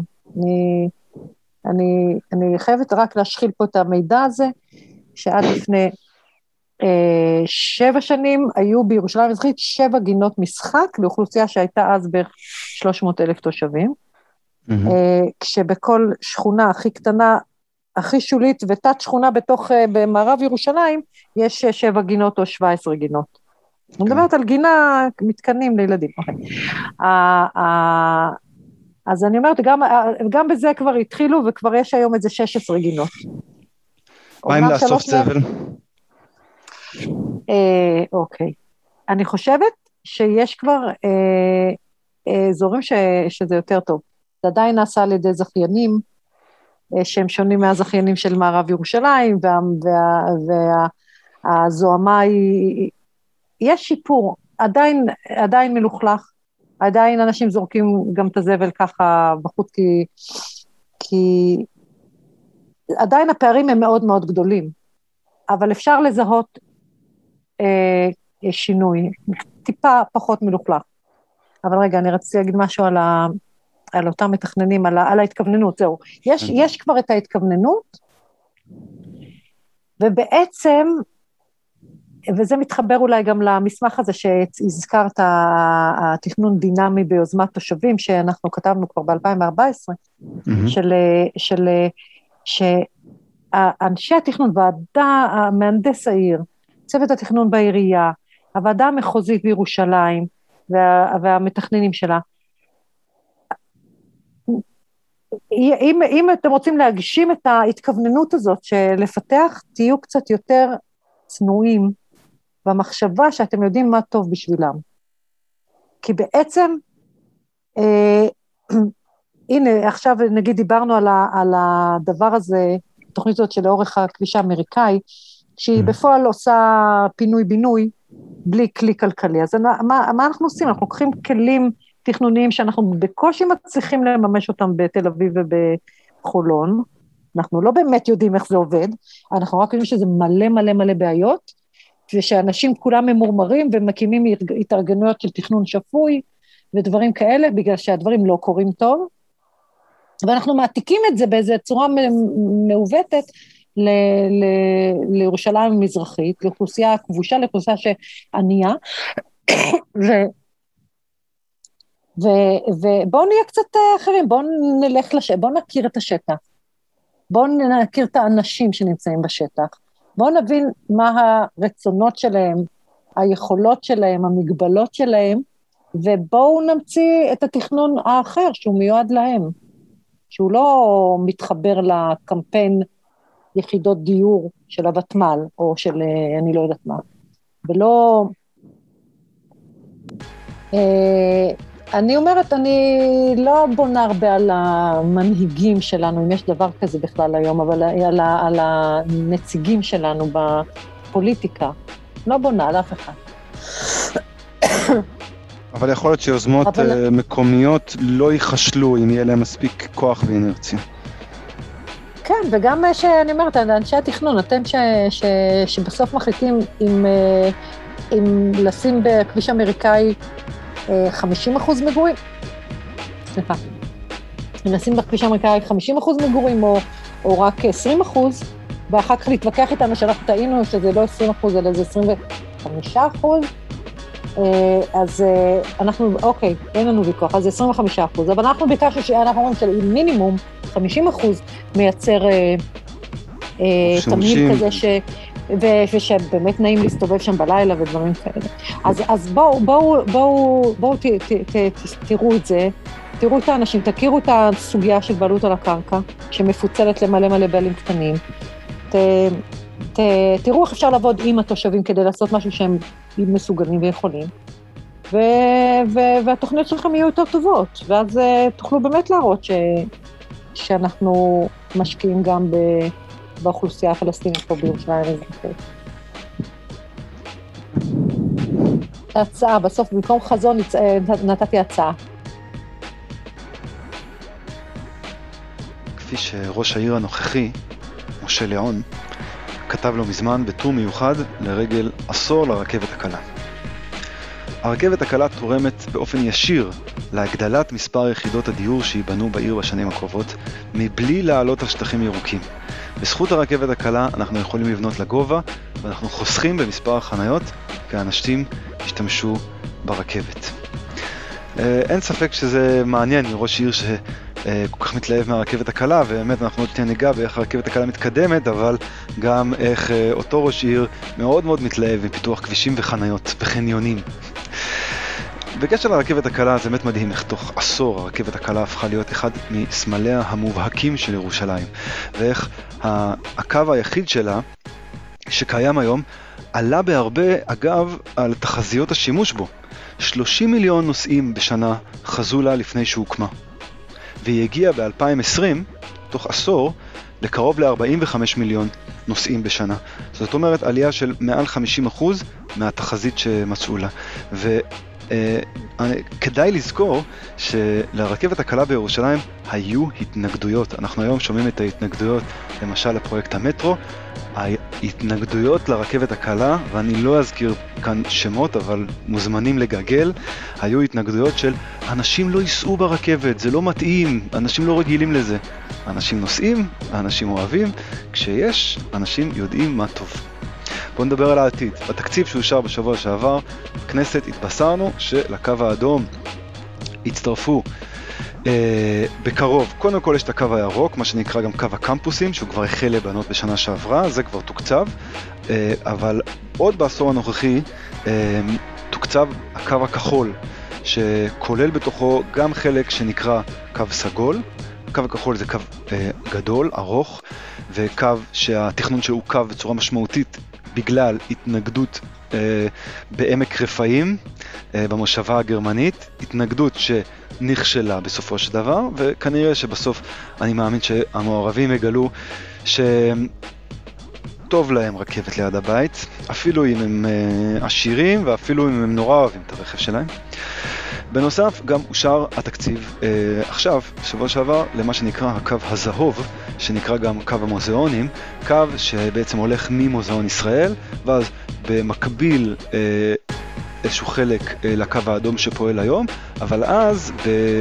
אני חייבת רק להשחיל פה את המידע הזה, שעד לפני 7 שנים היו בירושלים המזרחית 7 גינות משחק, לאוכלוסייה שהייתה אז בערך 300,000 תושבים, כשבכל שכונה הכי קטנה, הכי שולית ותת שכונה במערב ירושלים, יש 7 גינות או 17 גינות. אני מדברת על גינה, מתקנים לילדים. אז אני אומרת, גם בזה כבר התחילו, וכבר יש היום איזה 16 גינות. מה אם לאסוף צבל? אוקיי. אני חושבת שיש כבר אזורים שזה יותר טוב. זה עדיין נעשה על ידי זכיינים, שהם שונים מהזכיינים של מערב ירושלים, והזוהמה היא, יש שיפור, עדיין מלוכלך, עדיין אנשים זורקים גם את הזבל ככה בחוץ, כי עדיין הפערים הם מאוד מאוד גדולים, אבל אפשר לזהות שינוי, טיפה פחות מלוכלך. אבל רגע, אני רציתי להגיד משהו על אותם מתכננים, על ההתכווננות, זהו. יש כבר את ההתכווננות, ובעצם וזה מתחבר אולי גם למסמך הזה שהזכרת, התכנון דינמי ביוזמת תושבים, שאנחנו כתבנו כבר ב-2014, שאנשי התכנון, ועדה, המהנדס העיר, צוות התכנון בעירייה, הוועדה המחוזית בירושלים, והמתכננים שלה, אם אתם רוצים להגשים את ההתכווננות הזאת, שלפתח תהיו קצת יותר צנועים, במחשבה שאתם יודעים מה טוב בשבילם. כי בעצם, הנה, עכשיו נגיד דיברנו על הדבר הזה, תוכנית הזאת של לאורך הכביש האמריקאי, שהיא בפועל עושה פינוי-בינוי, בלי כלי כלכלי. אז מה אנחנו עושים? אנחנו לוקחים כלים תכנוניים שאנחנו בקושי מצליחים לממש אותם בתל אביב ובחולון, אנחנו לא באמת יודעים איך זה עובד, אנחנו רק יודעים שזה מלא מלא מלא בעיות, ושאנשים כולם ממורמרים ומקימים התארגנויות של תכנון שפוי, ודברים כאלה, בגלל שהדברים לא קורים טוב, ואנחנו מעתיקים את זה באיזו צורה מעוותת, לירושלים המזרחית, לאוכלוסייה כבושה, לאוכלוסייה שענייה, ובואו נהיה קצת אחרים, בואו נלך בואו נכיר את השטח, בואו נכיר את האנשים שנמצאים בשטח, בואו נבין מה הרצונות שלהם, היכולות שלהם, המגבלות שלהם, ובואו נמציא את התכנון האחר שהוא מיועד להם, שהוא לא מתחבר לקמפיין יחידות דיור של הוותמ"ל, או של אני לא יודעת מה, ולא... אני אומרת, אני לא בונה הרבה על המנהיגים שלנו, אם יש דבר כזה בכלל היום, אבל על הנציגים שלנו בפוליטיקה. לא בונה על אף אחד. אבל יכול להיות שיוזמות מקומיות לא ייחשלו אם יהיה להם מספיק כוח ואינרציה. כן, וגם שאני אומרת, אנשי התכנון, אתם שבסוף מחליטים אם לשים בכביש אמריקאי 50% מגורים, סליחה, אם נשים בכביש האמריקאי 50% מגורים או רק 20%, ואחר כך להתווכח איתנו שאנחנו טעינו שזה לא 20% אלא זה 25%, אז אנחנו, אוקיי, אין לנו ויכוח, אז זה 25%, אבל אנחנו ביקשנו שאנחנו אומרים שמינימום 50% מייצר תמהיל כזה ושבאמת נעים להסתובב שם בלילה ודברים כאלה. אז בואו תראו את זה, תראו את האנשים, תכירו את הסוגיה של בעלות על הקרקע, שמפוצלת למלא מלא בעלים קטנים, תראו איך אפשר לעבוד עם התושבים כדי לעשות משהו שהם מסוגלים ויכולים, והתוכניות שלכם יהיו יותר טובות, ואז תוכלו באמת להראות שאנחנו משקיעים גם באוכלוסייה הפלסטינית פה בירושלים המזרחית. הצעה, בסוף במקום חזון נתתי הצעה. כפי שראש העיר הנוכחי, משה ליאון, כתב לו מזמן בטור מיוחד לרגל עשור לרכבת הקלה. הרכבת הקלה תורמת באופן ישיר להגדלת מספר יחידות הדיור שיבנו בעיר בשנים הקרובות, מבלי לעלות על שטחים ירוקים. בזכות הרכבת הקלה אנחנו יכולים לבנות לגובה, ואנחנו חוסכים במספר החניות, כי האנשים ישתמשו ברכבת. אין ספק שזה מעניין מראש עיר שכל כך מתלהב מהרכבת הקלה, ובאמת אנחנו עוד ניגע באיך הרכבת הקלה מתקדמת, אבל גם איך אותו ראש עיר מאוד מאוד מתלהב מפיתוח כבישים וחניות וחניונים. בקשר לרכבת הקלה זה באמת מדהים איך תוך עשור הרכבת הקלה הפכה להיות אחד מסמליה המובהקים של ירושלים, ואיך הקו היחיד שלה שקיים היום עלה בהרבה אגב על תחזיות השימוש בו. 30 מיליון נוסעים בשנה חזו לה לפני שהוקמה, והיא הגיעה ב-2020 תוך עשור לקרוב ל-45 מיליון נוסעים בשנה. זאת אומרת עלייה של מעל 50% מהתחזית שמצאו לה. כדאי לזכור שלרכבת הקלה בירושלים היו התנגדויות. אנחנו היום שומעים את ההתנגדויות למשל לפרויקט המטרו, ההתנגדויות לרכבת הקלה, ואני לא אזכיר כאן שמות אבל מוזמנים לגגל, היו התנגדויות של אנשים לא ייסעו ברכבת, זה לא מתאים, אנשים לא רגילים לזה. אנשים נוסעים, אנשים אוהבים, כשיש, אנשים יודעים מה טוב. בואו נדבר על העתיד. בתקציב שאושר בשבוע שעבר, בכנסת התבשרנו שלקו האדום הצטרפו בקרוב. קודם כל יש את הקו הירוק, מה שנקרא גם קו הקמפוסים, שהוא כבר החל לבנות בשנה שעברה, זה כבר תוקצב, אבל עוד בעשור הנוכחי תוקצב הקו הכחול, שכולל בתוכו גם חלק שנקרא קו סגול. הקו הכחול זה קו גדול, ארוך, וקו שהתכנון שלו קו בצורה משמעותית בגלל התנגדות בעמק רפאים, במושבה הגרמנית, התנגדות שנכשלה בסופו של דבר, וכנראה שבסוף אני מאמין שהמעורבים יגלו שטוב להם רכבת ליד הבית, אפילו אם הם עשירים ואפילו אם הם נורא אוהבים את הרכב שלהם. בנוסף, גם אושר התקציב עכשיו, בשבוע שעבר, למה שנקרא הקו הזהוב, שנקרא גם קו המוזיאונים, קו שבעצם הולך ממוזיאון ישראל, ואז במקביל איזשהו חלק לקו האדום שפועל היום, אבל אז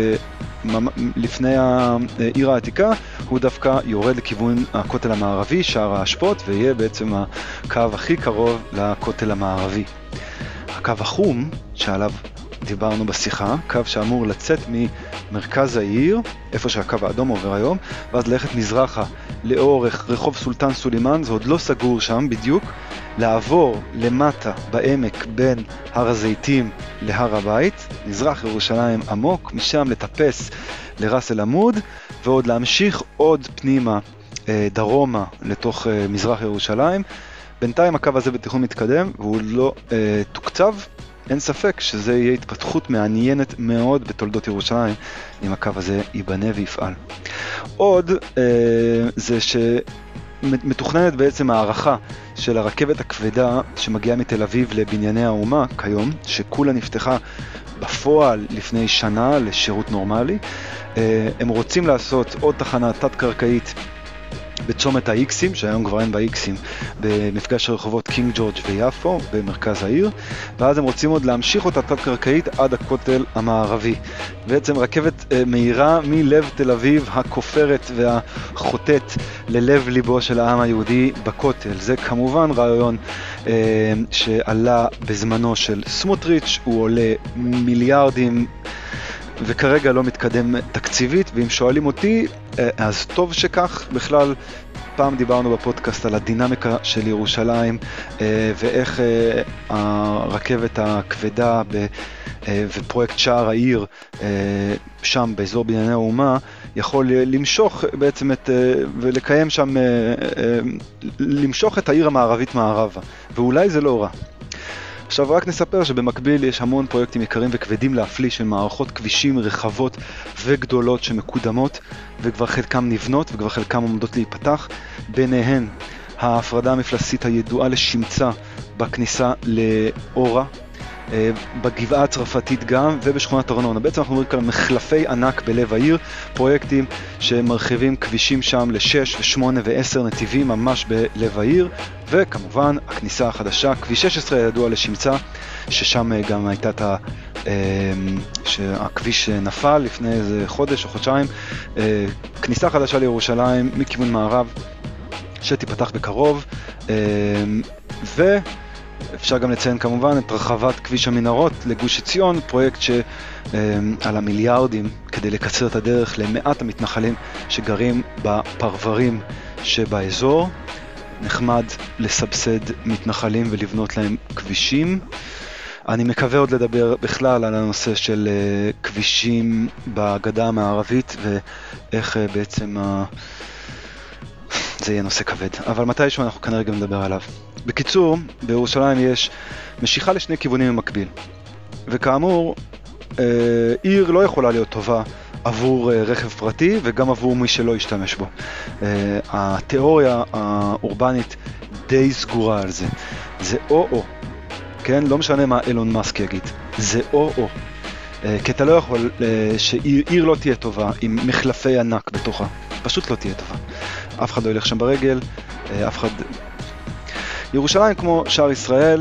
לפני העיר העתיקה הוא דווקא יורד לכיוון הכותל המערבי, שער האשפות, ויהיה בעצם הקו הכי קרוב לכותל המערבי. הקו החום, שעליו דיברנו בשיחה, קו שאמור לצאת ממרכז העיר, איפה שהקו האדום עובר היום, ואז ללכת מזרחה לאורך רחוב סולטן סולימן, זה עוד לא סגור שם בדיוק, לעבור למטה בעמק בין הר הזיתים להר הבית, מזרח ירושלים עמוק, משם לטפס לרס אל עמוד, ועוד להמשיך עוד פנימה דרומה לתוך מזרח ירושלים. בינתיים הקו הזה בתכנון מתקדם והוא לא תוקצב. אין ספק שזה יהיה התפתחות מעניינת מאוד בתולדות ירושלים אם הקו הזה ייבנה ויפעל. עוד זה שמתוכננת בעצם הערכה של הרכבת הכבדה שמגיעה מתל אביב לבנייני האומה כיום, שכולה נפתחה בפועל לפני שנה לשירות נורמלי. הם רוצים לעשות עוד תחנה תת-קרקעית בצומת האיקסים, שהיום כבר אין באיקסים, במפגש הרחובות קינג ג'ורג' ויפו במרכז העיר, ואז הם רוצים עוד להמשיך אותה תת-קרקעית עד הכותל המערבי. בעצם רכבת מהירה מלב תל אביב הכופרת והחוטאת ללב ליבו של העם היהודי בכותל. זה כמובן רעיון שעלה בזמנו של סמוטריץ', הוא עולה מיליארדים וכרגע לא מתקדם תקציבית, ואם שואלים אותי, אז טוב שכך. בכלל, פעם דיברנו בפודקאסט על הדינמיקה של ירושלים, ואיך הרכבת הכבדה ופרויקט שער העיר, שם באזור בנייני האומה, יכול למשוך בעצם ולקיים שם, למשוך את העיר המערבית מערבה, ואולי זה לא רע. עכשיו רק נספר שבמקביל יש המון פרויקטים יקרים וכבדים להפליא של מערכות כבישים רחבות וגדולות שמקודמות, וכבר חלקם נבנות וכבר חלקם עומדות להיפתח. ביניהן ההפרדה המפלסית הידועה לשמצה בכניסה לאורה, בגבעה הצרפתית גם, ובשכונת ארנונה. בעצם אנחנו מדברים על מחלפי ענק בלב העיר, פרויקטים שמרחיבים כבישים שם ל6 ו8 ו10 נתיבים ממש בלב העיר, וכמובן הכניסה החדשה, כביש 16 ידוע לשמצה, ששם גם הייתה את שהכביש נפל לפני איזה חודש או חודשיים. כניסה חדשה לירושלים מכיוון מערב שתיפתח בקרוב, אפשר גם לציין כמובן את רחבת כביש המנהרות לגוש עציון, פרויקט שעל המיליארדים כדי לקצר את הדרך למעט המתנחלים שגרים בפרברים שבאזור. נחמד לסבסד מתנחלים ולבנות להם כבישים. אני מקווה עוד לדבר בכלל על הנושא של כבישים בגדה המערבית ואיך בעצם זה יהיה נושא כבד, אבל מתישהו אנחנו כנראה גם נדבר עליו. בקיצור, בירושלים יש משיכה לשני כיוונים במקביל, וכאמור, עיר לא יכולה להיות טובה עבור רכב פרטי וגם עבור מי שלא ישתמש בו. התיאוריה האורבנית די סגורה על זה. זה או-או, כן? לא משנה מה אילון מאסק יגיד, זה או-או. כי אתה לא יכול שעיר לא תהיה טובה עם מחלפי ענק בתוכה, פשוט לא תהיה טובה. אף אחד לא ילך שם ברגל, אף אחד... ירושלים כמו שאר ישראל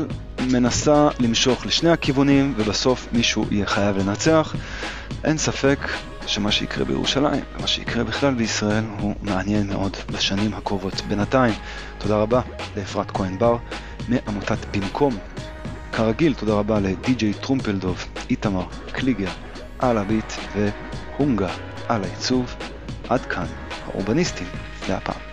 מנסה למשוך לשני הכיוונים, ובסוף מישהו יהיה חייב לנצח. אין ספק שמה שיקרה בירושלים ומה שיקרה בכלל בישראל הוא מעניין מאוד בשנים הקרובות. בינתיים, תודה רבה לאפרת כהן בר מעמותת במקום. כרגיל, תודה רבה לדי.ג'יי טרומפלדוב, איתמר קליגר על הביט והונגה על העיצוב. עד כאן האורבניסטים להפעם.